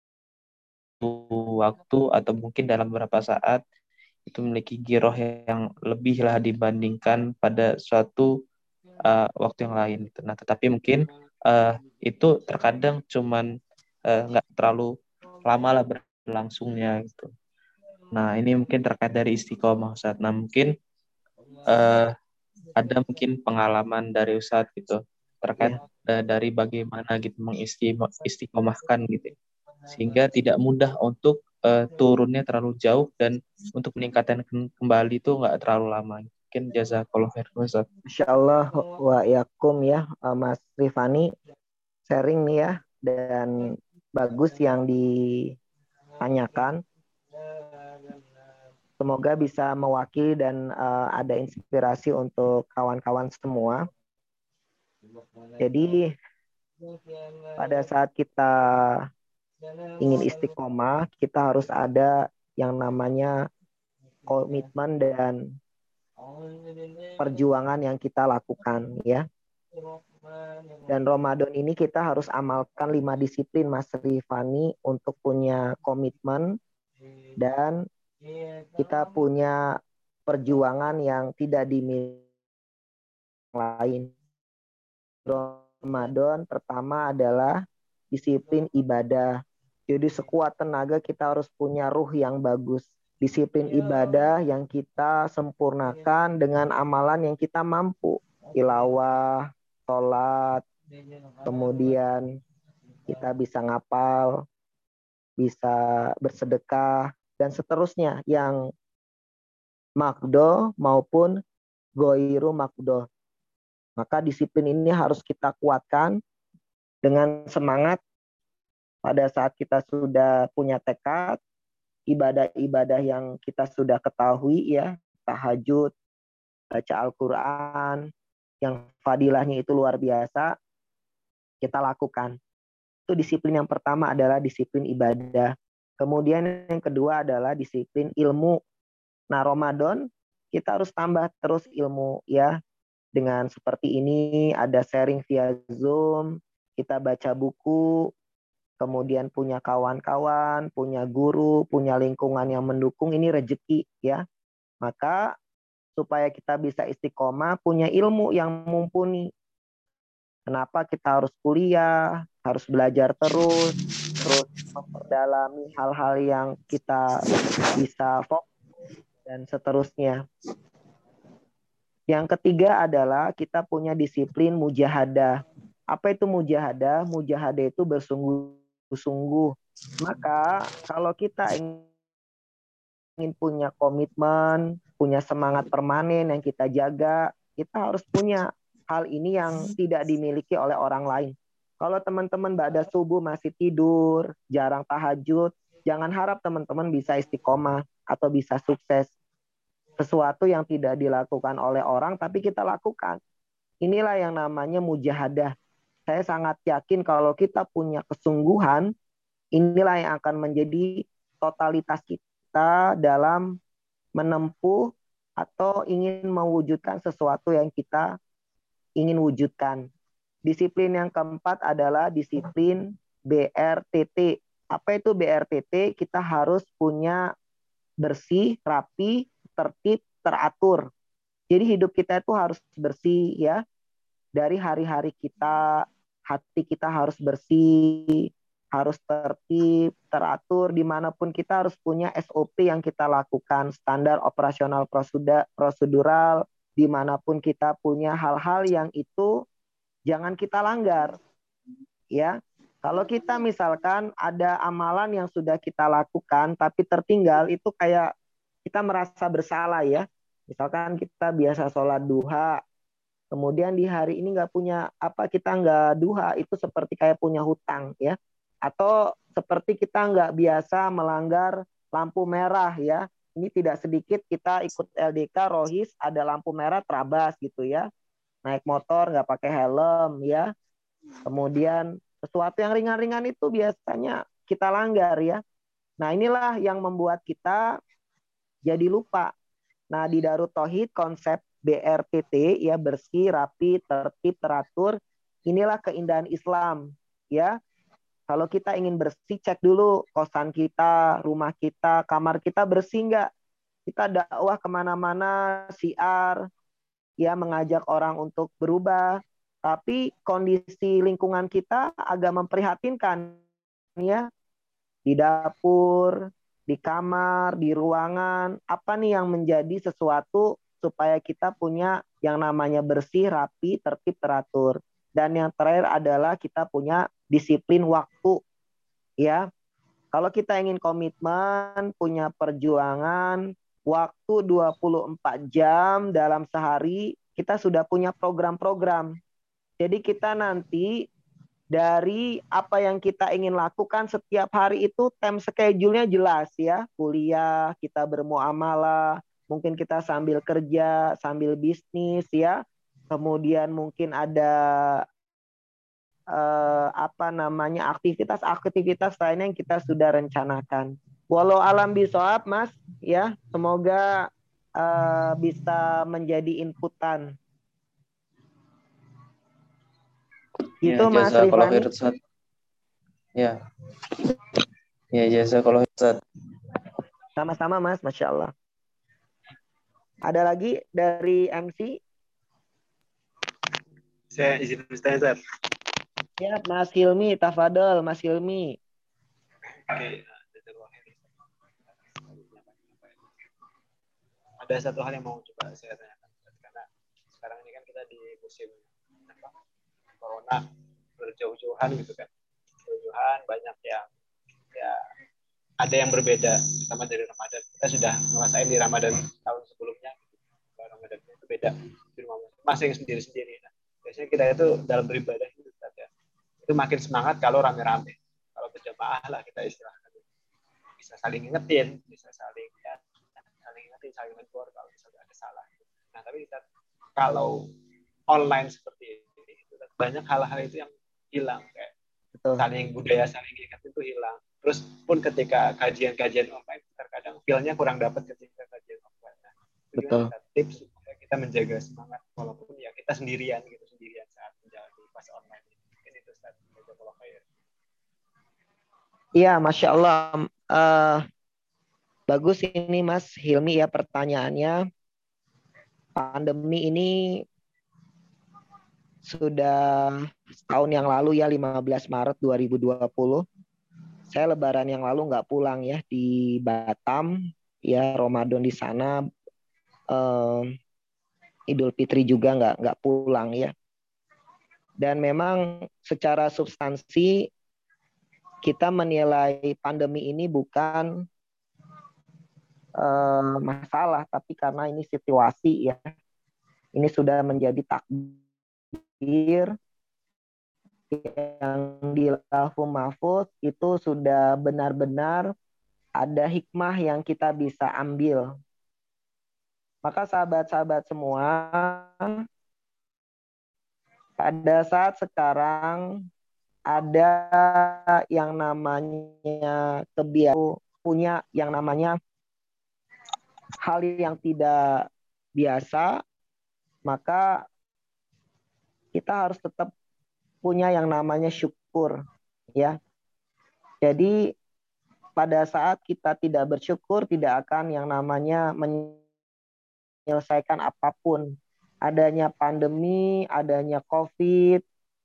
Speaker 5: waktu atau mungkin dalam beberapa saat itu memiliki giroh yang lebih lah dibandingkan pada suatu uh, waktu yang lain. Gitu. Nah, tetapi mungkin uh, itu terkadang cuman nggak uh, terlalu lama lah berlangsungnya gitu. Nah, ini mungkin terkait dari istiqomah, Ustaz. Nah, mungkin uh, ada mungkin pengalaman dari Ustaz gitu terkait uh, dari bagaimana gitu mengistiqomahkan gitu sehingga tidak mudah untuk uh, turunnya terlalu jauh dan untuk meningkatkan kembali itu nggak terlalu lama. Mungkin jazakallahu khairan Ustaz.
Speaker 4: Insyaallah wa yakum ya Mas Rifani sharing nih ya, dan bagus yang ditanyakan. Semoga bisa mewakili dan uh, ada inspirasi untuk kawan-kawan semua. Jadi pada saat kita ingin istiqomah, kita harus ada yang namanya komitmen dan perjuangan yang kita lakukan ya. Dan Ramadan ini kita harus amalkan lima disiplin Mas Rifani untuk punya komitmen dan kita punya perjuangan yang tidak dimiliki lain. Ramadan pertama adalah disiplin ibadah. Jadi sekuat tenaga kita harus punya ruh yang bagus. Disiplin ibadah yang kita sempurnakan dengan amalan yang kita mampu. Tilawah, sholat, kemudian kita bisa ngapal, bisa bersedekah, dan seterusnya yang makdo maupun goiru makdo. Maka disiplin ini harus kita kuatkan dengan semangat pada saat kita sudah punya tekad, ibadah-ibadah yang kita sudah ketahui ya, tahajud, baca Al-Quran, yang fadilahnya itu luar biasa, kita lakukan. Itu disiplin yang pertama adalah disiplin ibadah. Kemudian yang kedua adalah disiplin ilmu. Nah, Ramadan kita harus tambah terus ilmu ya. Dengan seperti ini ada sharing via Zoom, kita baca buku, kemudian punya kawan-kawan, punya guru, punya lingkungan yang mendukung, ini rezeki ya. Maka supaya kita bisa istiqomah, punya ilmu yang mumpuni. Kenapa kita harus kuliah, harus belajar terus, terus memperdalami hal-hal yang kita bisa fokus dan seterusnya. Yang ketiga adalah kita punya disiplin mujahadah. Apa itu mujahadah? Mujahadah itu bersungguh-sungguh. Maka kalau kita ingin punya komitmen, punya semangat permanen yang kita jaga, kita harus punya hal ini yang tidak dimiliki oleh orang lain. Kalau teman-teman pada subuh masih tidur, jarang tahajud, jangan harap teman-teman bisa istiqomah atau bisa sukses. Sesuatu yang tidak dilakukan oleh orang, tapi kita lakukan. Inilah yang namanya mujahadah. Saya sangat yakin kalau kita punya kesungguhan, inilah yang akan menjadi totalitas kita dalam menempuh atau ingin mewujudkan sesuatu yang kita ingin wujudkan. Disiplin yang keempat adalah disiplin B R T T. Apa itu B R T T? Kita harus punya bersih, rapi, tertib, teratur. Jadi hidup kita itu harus bersih ya. Dari hari-hari kita, hati kita harus bersih, harus tertib, teratur. Dimanapun kita harus punya S O P yang kita lakukan, standar operasional prosedural. Dimanapun kita punya hal-hal yang itu
Speaker 6: jangan kita langgar. Ya, kalau kita misalkan ada amalan yang sudah kita lakukan tapi tertinggal, itu kayak kita merasa bersalah ya. Misalkan kita biasa sholat duha, kemudian di hari ini nggak punya apa, kita nggak duha, itu seperti kayak punya hutang ya. Atau seperti kita nggak biasa melanggar lampu merah ya. Ini tidak sedikit kita ikut L D K, rohis, ada lampu merah terabas gitu ya. Naik motor nggak pakai helm ya. Kemudian sesuatu yang ringan-ringan itu biasanya kita langgar ya. Nah inilah yang membuat kita jadi lupa. Nah di Darut Tauhid konsep B R T T ya, bersih, rapi, tertib, teratur. Inilah keindahan Islam ya. Kalau kita ingin bersih, cek dulu kosan kita, rumah kita, kamar kita bersih nggak? Kita dakwah kemana-mana, siar, ya mengajak orang untuk berubah. Tapi kondisi lingkungan kita agak memprihatinkan, ya. Di dapur, di kamar, di ruangan, apa nih yang menjadi sesuatu supaya kita punya yang namanya bersih, rapi, tertib, teratur. Dan yang terakhir adalah kita punya disiplin waktu, ya. Kalau kita ingin komitmen, punya perjuangan, waktu dua puluh empat jam dalam sehari, kita sudah punya program-program. Jadi kita nanti dari apa yang kita ingin lakukan setiap hari itu time schedule-nya jelas ya. Kuliah, kita bermuamalah, mungkin kita sambil kerja, sambil bisnis ya. Kemudian mungkin ada eh, apa namanya aktivitas-aktivitas lainnya yang kita sudah rencanakan. Walau alam bisawab, Mas, ya. Semoga eh, bisa menjadi inputan. Gitu,
Speaker 5: Ya,
Speaker 6: Mas
Speaker 5: jazakallahu
Speaker 6: Rifani.
Speaker 5: khair, Ustaz. Ya. Ya, jazakallahu khair, Ustaz.
Speaker 6: Sama-sama, Mas, Masya Allah. Ada lagi dari M C?
Speaker 2: Saya izin bertanya, Ustaz.
Speaker 6: Ya, Mas Hilmi, tafadol, Mas Hilmi.
Speaker 2: Oke, ada satu hal yang mau coba saya tanyakan, karena sekarang ini kan kita di musim apa, corona, berjauh-jauhan gitu kan, jauh-jauhan banyak yang ya ada yang berbeda, sama dari Ramadan. Kita sudah ngerasain di Ramadan tahun sebelumnya, Ramadan itu beda di rumah masing sendiri-sendiri. Nah, biasanya kita itu dalam beribadah itu, ya, itu makin semangat kalau rame-rame, kalau berjamaah lah kita istilahkan, bisa saling ingetin, bisa saling ya, saling ingetin, saling menegur kalau misalnya ada salah. Nah, tapi kita kalau online seperti ini, itu banyak hal-hal itu yang hilang, kayak
Speaker 6: Betul.
Speaker 2: saling budaya saling ingetin itu hilang. Terus pun ketika kajian-kajian online, terkadang feel-nya kurang dapat ketika kajian offline. Nah,
Speaker 6: Betul.
Speaker 2: tips supaya kita menjaga semangat walaupun ya kita sendirian gitu, sendirian saat menjalani pas online. Mungkin itu Ustaz.
Speaker 6: Iya, Masya Allah. Uh, bagus ini Mas Hilmi ya pertanyaannya. Pandemi ini sudah setahun yang lalu ya, lima belas Maret dua ribu dua puluh. Saya lebaran yang lalu nggak pulang ya di Batam. Ya, Ramadan di sana. Uh, Idul Fitri juga nggak nggak pulang ya. Dan memang secara substansi kita menilai pandemi ini bukan uh, masalah, tapi karena ini situasi ya. Ini sudah menjadi takdir yang di Lauhul Mahfuz, itu sudah benar-benar ada hikmah yang kita bisa ambil. Maka sahabat-sahabat semua, pada saat sekarang ada yang namanya kebiasaan, punya yang namanya hal yang tidak biasa, maka kita harus tetap punya yang namanya syukur, ya. Jadi pada saat kita tidak bersyukur, tidak akan yang namanya menyelesaikan apapun. Adanya pandemi, adanya COVID,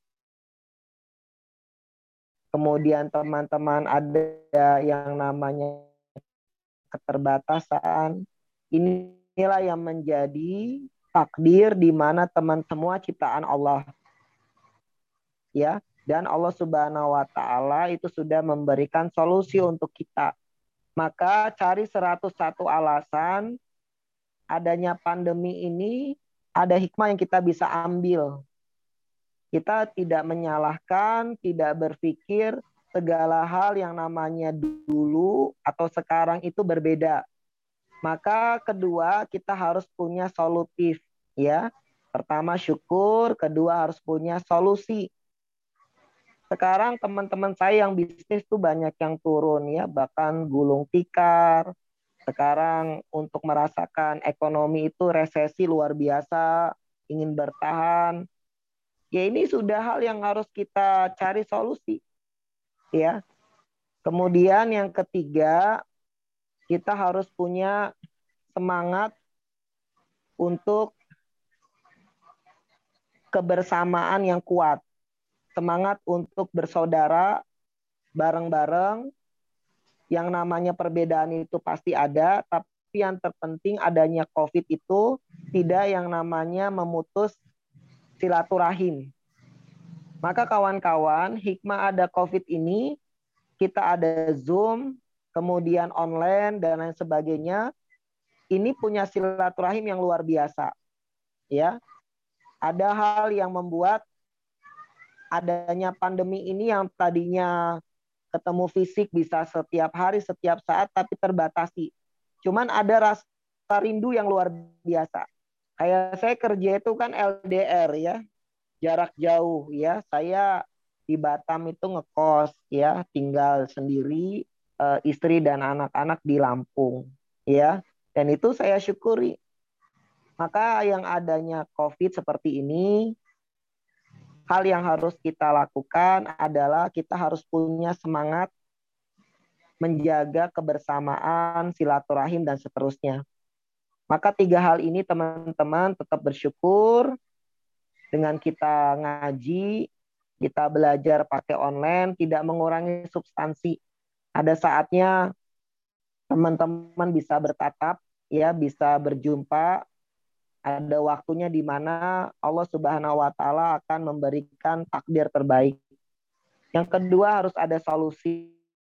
Speaker 6: kemudian teman-teman ada yang namanya keterbatasan. Inilah yang menjadi takdir di mana teman semua ciptaan Allah. ya. Dan Allah Subhanahu wa taala itu sudah memberikan solusi untuk kita. Maka cari seratus satu alasan adanya pandemi ini, ada hikmah yang kita bisa ambil. Kita tidak menyalahkan, tidak berpikir segala hal yang namanya dulu atau sekarang itu berbeda. Maka kedua, kita harus punya solutif, ya. Pertama syukur, kedua harus punya solusi. Sekarang teman-teman saya yang bisnis tuh banyak yang turun, ya, bahkan gulung tikar. Sekarang untuk merasakan ekonomi itu resesi luar biasa, ingin bertahan. Ya ini sudah hal yang harus kita cari solusi, ya. Kemudian yang ketiga, kita harus punya semangat untuk kebersamaan yang kuat. Semangat untuk bersaudara bareng-bareng. Yang namanya perbedaan itu pasti ada, tapi yang terpenting adanya COVID itu tidak yang namanya memutus silaturahim. Maka kawan-kawan, hikmah ada COVID ini, kita ada Zoom, kemudian online dan lain sebagainya. Ini punya silaturahim yang luar biasa. Ya. Ada hal yang membuat adanya pandemi ini yang tadinya ketemu fisik bisa setiap hari, setiap saat, tapi terbatasi. Cuman ada rasa rindu yang luar biasa. Kayak saya kerja itu kan L D R ya, jarak jauh ya. Saya di Batam itu ngekos ya, tinggal sendiri, istri dan anak-anak di Lampung ya. Dan itu saya syukuri. Maka yang adanya COVID seperti ini, hal yang harus kita lakukan adalah kita harus punya semangat menjaga kebersamaan, silaturahim, dan seterusnya. Maka tiga hal ini teman-teman tetap bersyukur dengan kita ngaji, kita belajar pakai online, tidak mengurangi substansi. Ada saatnya teman-teman bisa bertatap, ya, bisa berjumpa. Ada waktunya di mana Allah Subhanahu wa taala akan memberikan takdir terbaik. Yang kedua harus ada solusi,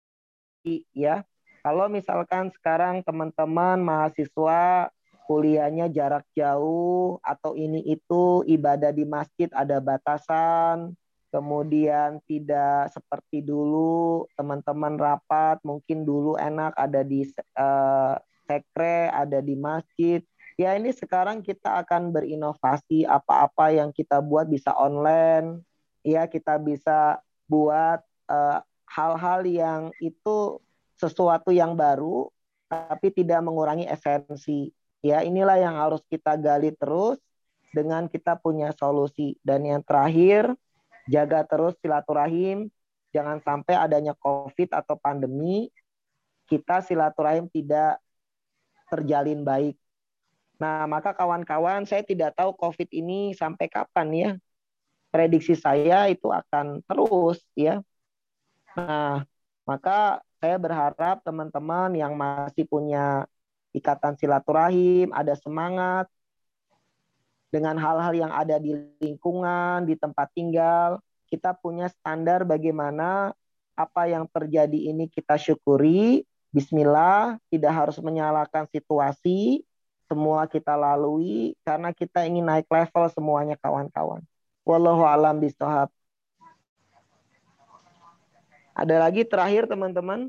Speaker 6: ya. Kalau misalkan sekarang teman-teman mahasiswa kuliahnya jarak jauh atau ini itu ibadah di masjid ada batasan, kemudian tidak seperti dulu teman-teman rapat, mungkin dulu enak ada di uh, sekre, ada di masjid. Ya ini sekarang kita akan berinovasi, apa-apa yang kita buat bisa online, ya kita bisa buat uh, hal-hal yang itu sesuatu yang baru, tapi tidak mengurangi esensi. Ya inilah yang harus kita gali terus dengan kita punya solusi. Dan yang terakhir, jaga terus silaturahim, jangan sampai adanya COVID atau pandemi, kita silaturahim tidak terjalin baik. Nah, maka kawan-kawan, saya tidak tahu COVID ini sampai kapan ya. Prediksi saya itu akan terus ya. Nah, maka saya berharap teman-teman yang masih punya ikatan silaturahim, ada semangat dengan hal-hal yang ada di lingkungan, di tempat tinggal, kita punya standar bagaimana apa yang terjadi ini kita syukuri, bismillah, tidak harus menyalahkan situasi, semua kita lalui karena kita ingin naik level semuanya kawan-kawan. Wallahu a'lam bishawab. Ada lagi terakhir teman-teman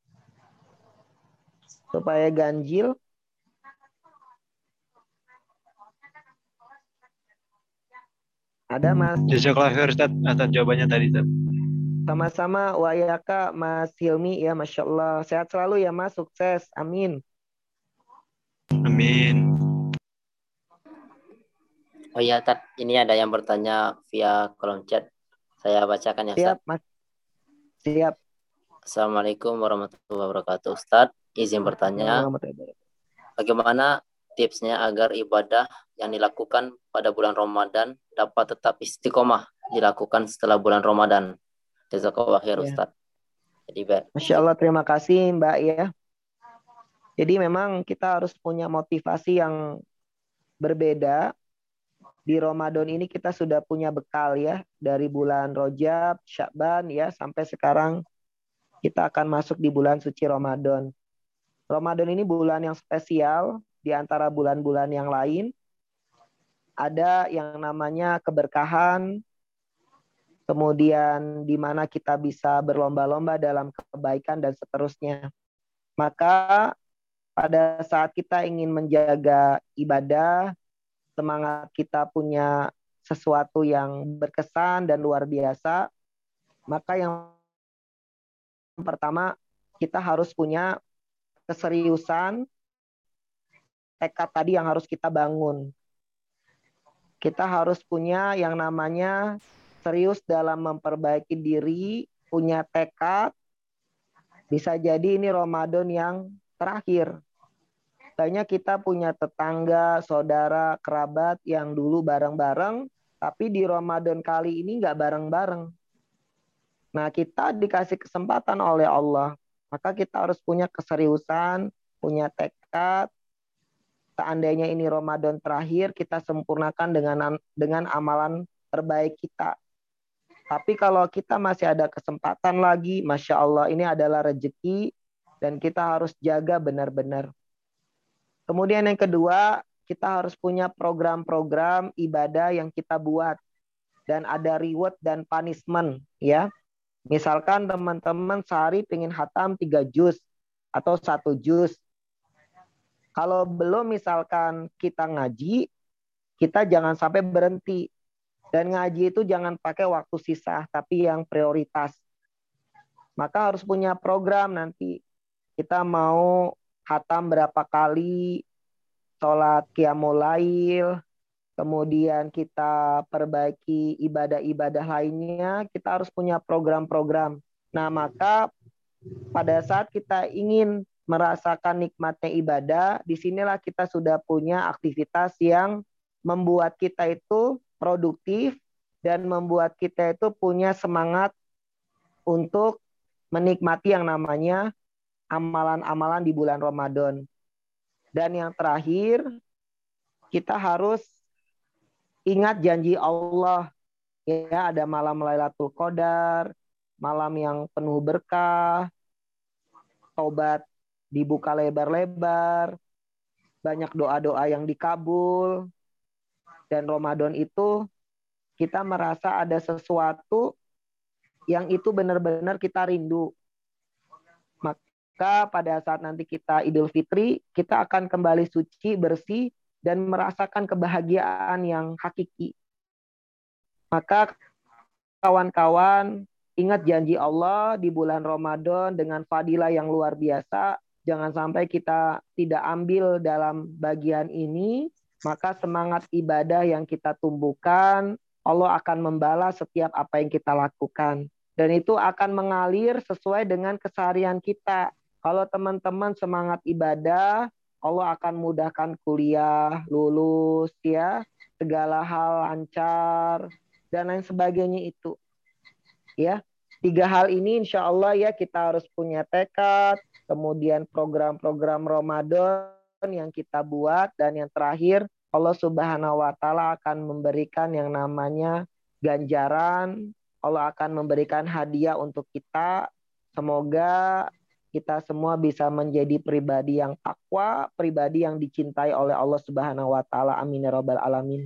Speaker 6: supaya ganjil. Ada Mas?
Speaker 2: Jazakallah khair Ustaz atas jawabannya tadi Ustaz.
Speaker 6: Sama-sama wa iyaka Mas Hilmi ya, Masya Allah. Sehat selalu ya Mas, sukses. Amin.
Speaker 2: Amin.
Speaker 1: Oh iya, Tat, ini ada yang bertanya via kolom chat. Saya bacakan ya, Ustaz.
Speaker 6: Siap, Mas. Siap.
Speaker 1: Assalamualaikum warahmatullahi wabarakatuh. Ustaz, izin bertanya, bagaimana tipsnya agar ibadah yang dilakukan pada bulan Ramadan dapat tetap istiqomah dilakukan setelah bulan Ramadan? Jazakallah khair, ya. Ustaz. Jadi,
Speaker 6: Masya Allah, terima kasih Mbak ya. Jadi memang kita harus punya motivasi yang berbeda. di Ramadan ini kita sudah punya bekal ya, dari bulan Rajab, Sya'ban ya, sampai sekarang kita akan masuk di bulan suci Ramadan. Ramadan ini bulan yang spesial di antara bulan-bulan yang lain. Ada yang namanya keberkahan, kemudian di mana kita bisa berlomba-lomba dalam kebaikan dan seterusnya. Maka pada saat kita ingin menjaga ibadah, semangat kita punya sesuatu yang berkesan dan luar biasa, maka yang pertama kita harus punya keseriusan, tekad tadi yang harus kita bangun. Kita harus punya yang namanya serius dalam memperbaiki diri, punya tekad. Bisa jadi ini Ramadan yang terakhir. Banyak kita punya tetangga, saudara, kerabat yang dulu bareng-bareng, tapi di Ramadan kali ini nggak bareng-bareng. Nah, kita dikasih kesempatan oleh Allah, maka kita harus punya keseriusan, punya tekad. Seandainya ini Ramadan terakhir, kita sempurnakan dengan dengan amalan terbaik kita. Tapi kalau kita masih ada kesempatan lagi, Masya Allah, ini adalah rezeki, dan kita harus jaga benar-benar. Kemudian yang kedua, kita harus punya program-program ibadah yang kita buat dan ada reward dan punishment ya. Misalkan teman-teman sehari pengen khatam tiga juz atau satu juz. Kalau belum misalkan kita ngaji, kita jangan sampai berhenti. Dan ngaji itu jangan pakai waktu sisa, tapi yang prioritas. Maka harus punya program nanti. Kita mau khatam berapa kali, sholat qiyamul lail, kemudian kita perbaiki ibadah-ibadah lainnya, kita harus punya program-program. Nah, maka pada saat kita ingin merasakan nikmatnya ibadah, disinilah kita sudah punya aktivitas yang membuat kita itu produktif dan membuat kita itu punya semangat untuk menikmati yang namanya amalan-amalan di bulan Ramadan. Dan yang terakhir, kita harus ingat janji Allah. Ya, ada malam Lailatul Qadar, malam yang penuh berkah, taubat dibuka lebar-lebar, banyak doa-doa yang dikabul. Dan Ramadan itu kita merasa ada sesuatu yang itu benar-benar kita rindu. Maka pada saat nanti kita Idul Fitri, kita akan kembali suci, bersih, dan merasakan kebahagiaan yang hakiki. Maka kawan-kawan, ingat janji Allah di bulan Ramadan dengan fadilah yang luar biasa. Jangan sampai kita tidak ambil dalam bagian ini, maka semangat ibadah yang kita tumbuhkan, Allah akan membalas setiap apa yang kita lakukan. Dan itu akan mengalir sesuai dengan keseharian kita. Kalau teman-teman semangat ibadah, Allah akan mudahkan kuliah, lulus, ya, segala hal lancar, dan lain sebagainya itu. Ya, tiga hal ini insya Allah ya kita harus punya tekad, kemudian program-program Ramadan yang kita buat, dan yang terakhir Allah Subhanahu wa Ta'ala akan memberikan yang namanya ganjaran, Allah akan memberikan hadiah untuk kita. Semoga kita semua bisa menjadi pribadi yang takwa, pribadi yang dicintai oleh Allah Subhanahu wa Ta'ala. Amin ya rabbal alamin.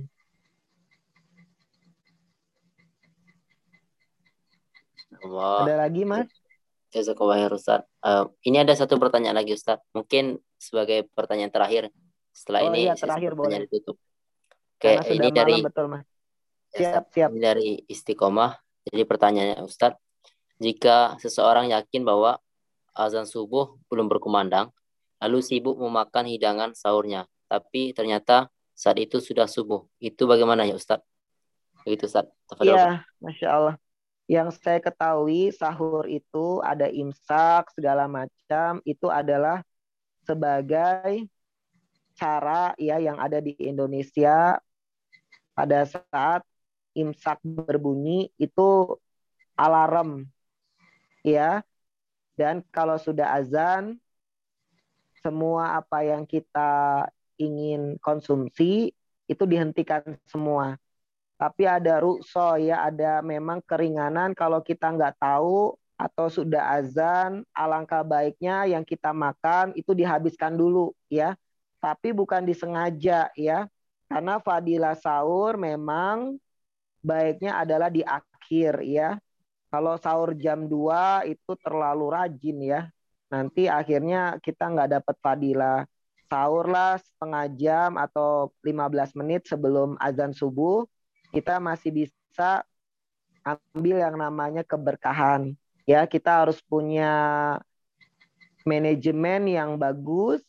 Speaker 1: Allah.
Speaker 6: Ada lagi, Mas?
Speaker 1: Jazakallah Ustaz. Uh, ini ada satu pertanyaan lagi Ustaz. Mungkin sebagai pertanyaan terakhir. Setelah
Speaker 6: oh,
Speaker 1: ini
Speaker 6: iya, terakhir boleh.
Speaker 1: ditutup. Oke,
Speaker 6: Karena
Speaker 1: ini
Speaker 6: sudah
Speaker 1: dari
Speaker 6: malam, betul, Mas.
Speaker 1: ya,
Speaker 6: Siap, siap.
Speaker 1: Ini dari Istiqomah. Jadi pertanyaannya Ustaz, jika seseorang yakin bahwa azan subuh belum berkumandang, lalu sibuk memakan hidangan sahurnya, tapi ternyata saat itu sudah subuh, itu bagaimana ya Ustaz? Begitu Ustaz.
Speaker 6: Iya, Masya Allah. Yang saya ketahui sahur itu ada imsak segala macam, itu adalah sebagai cara ya yang ada di Indonesia pada saat imsak berbunyi itu alarm ya. Dan kalau sudah azan, semua apa yang kita ingin konsumsi itu dihentikan semua. Tapi ada rukso ya, ada memang keringanan kalau kita nggak tahu atau sudah azan, alangkah baiknya yang kita makan itu dihabiskan dulu ya. Tapi bukan disengaja ya. Karena fadilah sahur memang baiknya adalah di akhir ya. Kalau sahur jam dua itu terlalu rajin ya. Nanti akhirnya kita nggak dapat fadilah. Sahurlah setengah jam atau lima belas menit sebelum azan subuh, kita masih bisa ambil yang namanya keberkahan. Ya, kita harus punya manajemen yang bagus,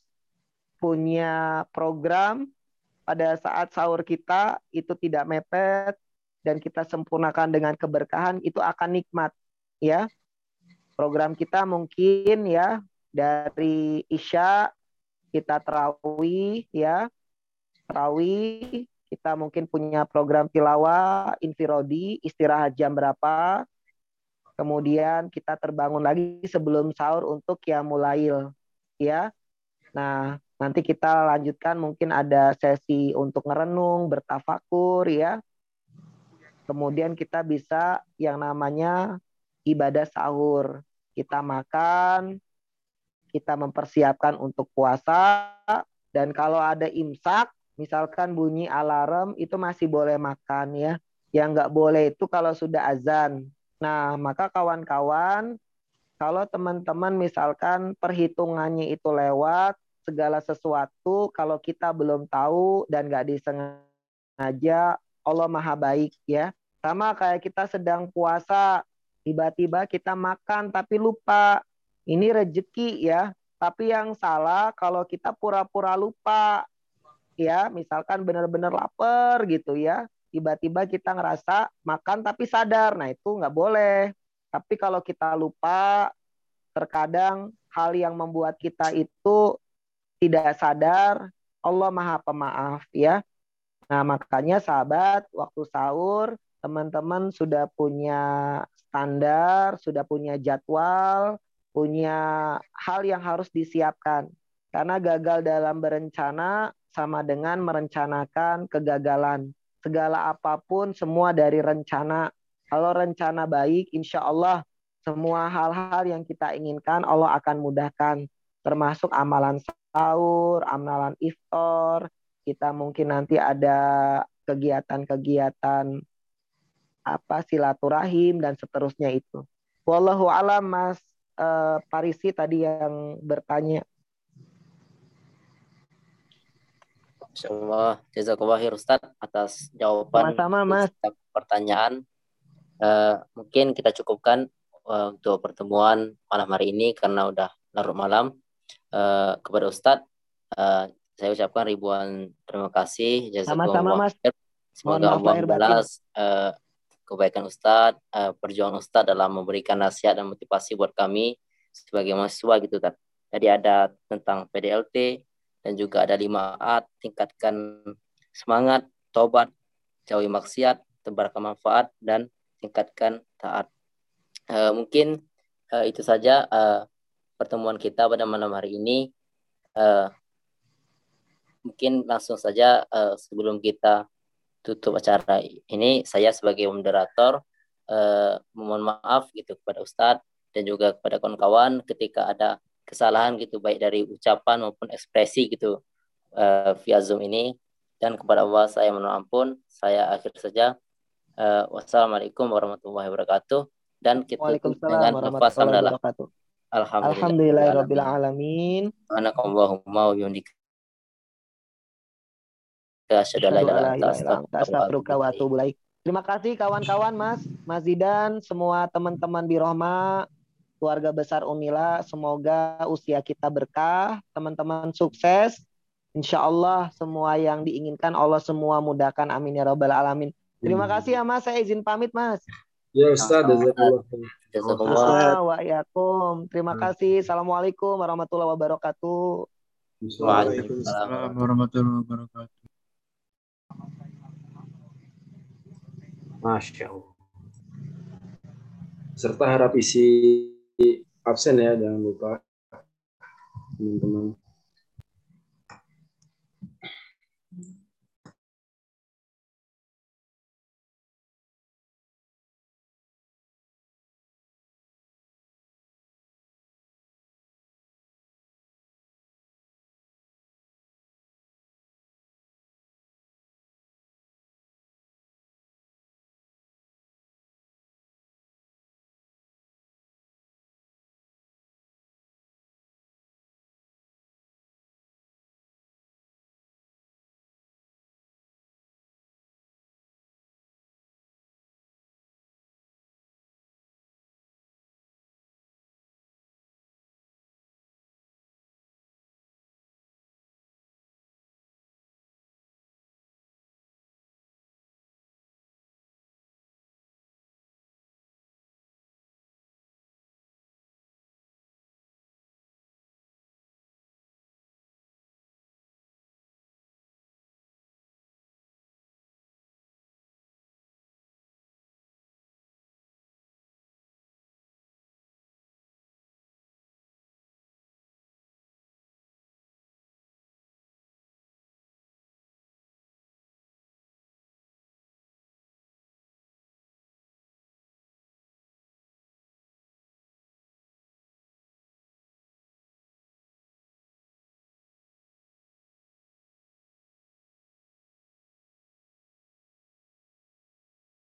Speaker 6: punya program pada saat sahur kita itu tidak mepet dan kita sempurnakan dengan keberkahan, itu akan nikmat ya. Program kita mungkin ya dari Isya kita tarawih ya. Tarawih kita mungkin punya program tilawah, infirodi, istirahat jam berapa. Kemudian kita terbangun lagi sebelum sahur untuk qiyamul lail ya. Nah, nanti kita lanjutkan mungkin ada sesi untuk ngerenung, bertafakur ya. Kemudian kita bisa yang namanya ibadah sahur. Kita makan, kita mempersiapkan untuk puasa, dan kalau ada imsak, misalkan bunyi alarm, itu masih boleh makan ya. Yang nggak boleh itu kalau sudah azan. Nah, maka kawan-kawan, kalau teman-teman misalkan perhitungannya itu lewat, segala sesuatu kalau kita belum tahu dan nggak disengaja, Allah Maha Baik ya. Sama kayak kita sedang puasa, tiba-tiba kita makan tapi lupa. Ini rezeki ya. Tapi yang salah kalau kita pura-pura lupa. Ya, misalkan benar-benar lapar gitu ya. Tiba-tiba kita ngerasa makan tapi sadar. Nah, itu nggak boleh. Tapi kalau kita lupa, terkadang hal yang membuat kita itu tidak sadar, Allah Maha Pemaaf ya. Nah, makanya sahabat, waktu sahur teman-teman sudah punya standar, sudah punya jadwal, punya hal yang harus disiapkan. Karena gagal dalam berencana sama dengan merencanakan kegagalan. Segala apapun semua dari rencana. Kalau rencana baik, insya Allah semua hal-hal yang kita inginkan Allah akan mudahkan. Termasuk amalan sahur, amalan iftar. Kita mungkin nanti ada kegiatan-kegiatan apa silaturahim dan seterusnya itu. Wallahu a'lam Mas uh, Parisi tadi yang bertanya.
Speaker 1: Insyaallah, jazakallah khair Ustaz atas jawaban
Speaker 6: Sama-sama, Mas.
Speaker 1: pertanyaan. Uh, mungkin kita cukupkan uh, untuk pertemuan malam hari ini karena udah larut malam. Uh, kepada Ustaz, uh, saya ucapkan ribuan terima kasih.
Speaker 6: Sama-sama, Mas.
Speaker 1: Semoga Allah membalas uh, kebaikan Ustadz, uh, perjuangan Ustadz dalam memberikan nasihat dan motivasi buat kami sebagai mahasiswa gitu kan. Tadi ada tentang P D L T dan juga ada lima A, tingkatkan semangat, tobat, jauhi maksiat, tebarkan manfaat, dan tingkatkan taat. Uh, mungkin uh, itu saja uh, pertemuan kita pada malam hari ini. Uh, mungkin langsung saja uh, sebelum kita tutup acara ini, saya sebagai moderator eh, mohon maaf gitu kepada Ustadz dan juga kepada kawan-kawan ketika ada kesalahan gitu baik dari ucapan maupun ekspresi gitu eh, via Zoom ini, dan kepada Allah saya mohon ampun. Saya akhir saja. Eh, wassalamualaikum warahmatullahi wabarakatuh, dan kita tutup dengan lafaz hamdalah. Alhamdulillah.
Speaker 6: Alhamdulillahirabbil alamin.
Speaker 1: Subhanakallahumma wa bihamdika
Speaker 6: Terima kasih kawan-kawan, Mas, Mas Zidan, semua teman-teman di Rohma, keluarga besar Unila. Semoga usia kita berkah, teman-teman sukses. Insya Allah semua yang diinginkan Allah semua mudahkan. Amin ya rabbal alamin. Terima kasih ya Mas, saya izin pamit Mas.
Speaker 7: Ya Ustaz,
Speaker 6: jazakallah. Waalaikumsalam. Terima kasih. Assalamualaikum warahmatullahi wabarakatuh.
Speaker 7: Waalaikumsalam warahmatullahi wabarakatuh. Masya Allah. Serta harap isi absen ya, jangan lupa teman-teman.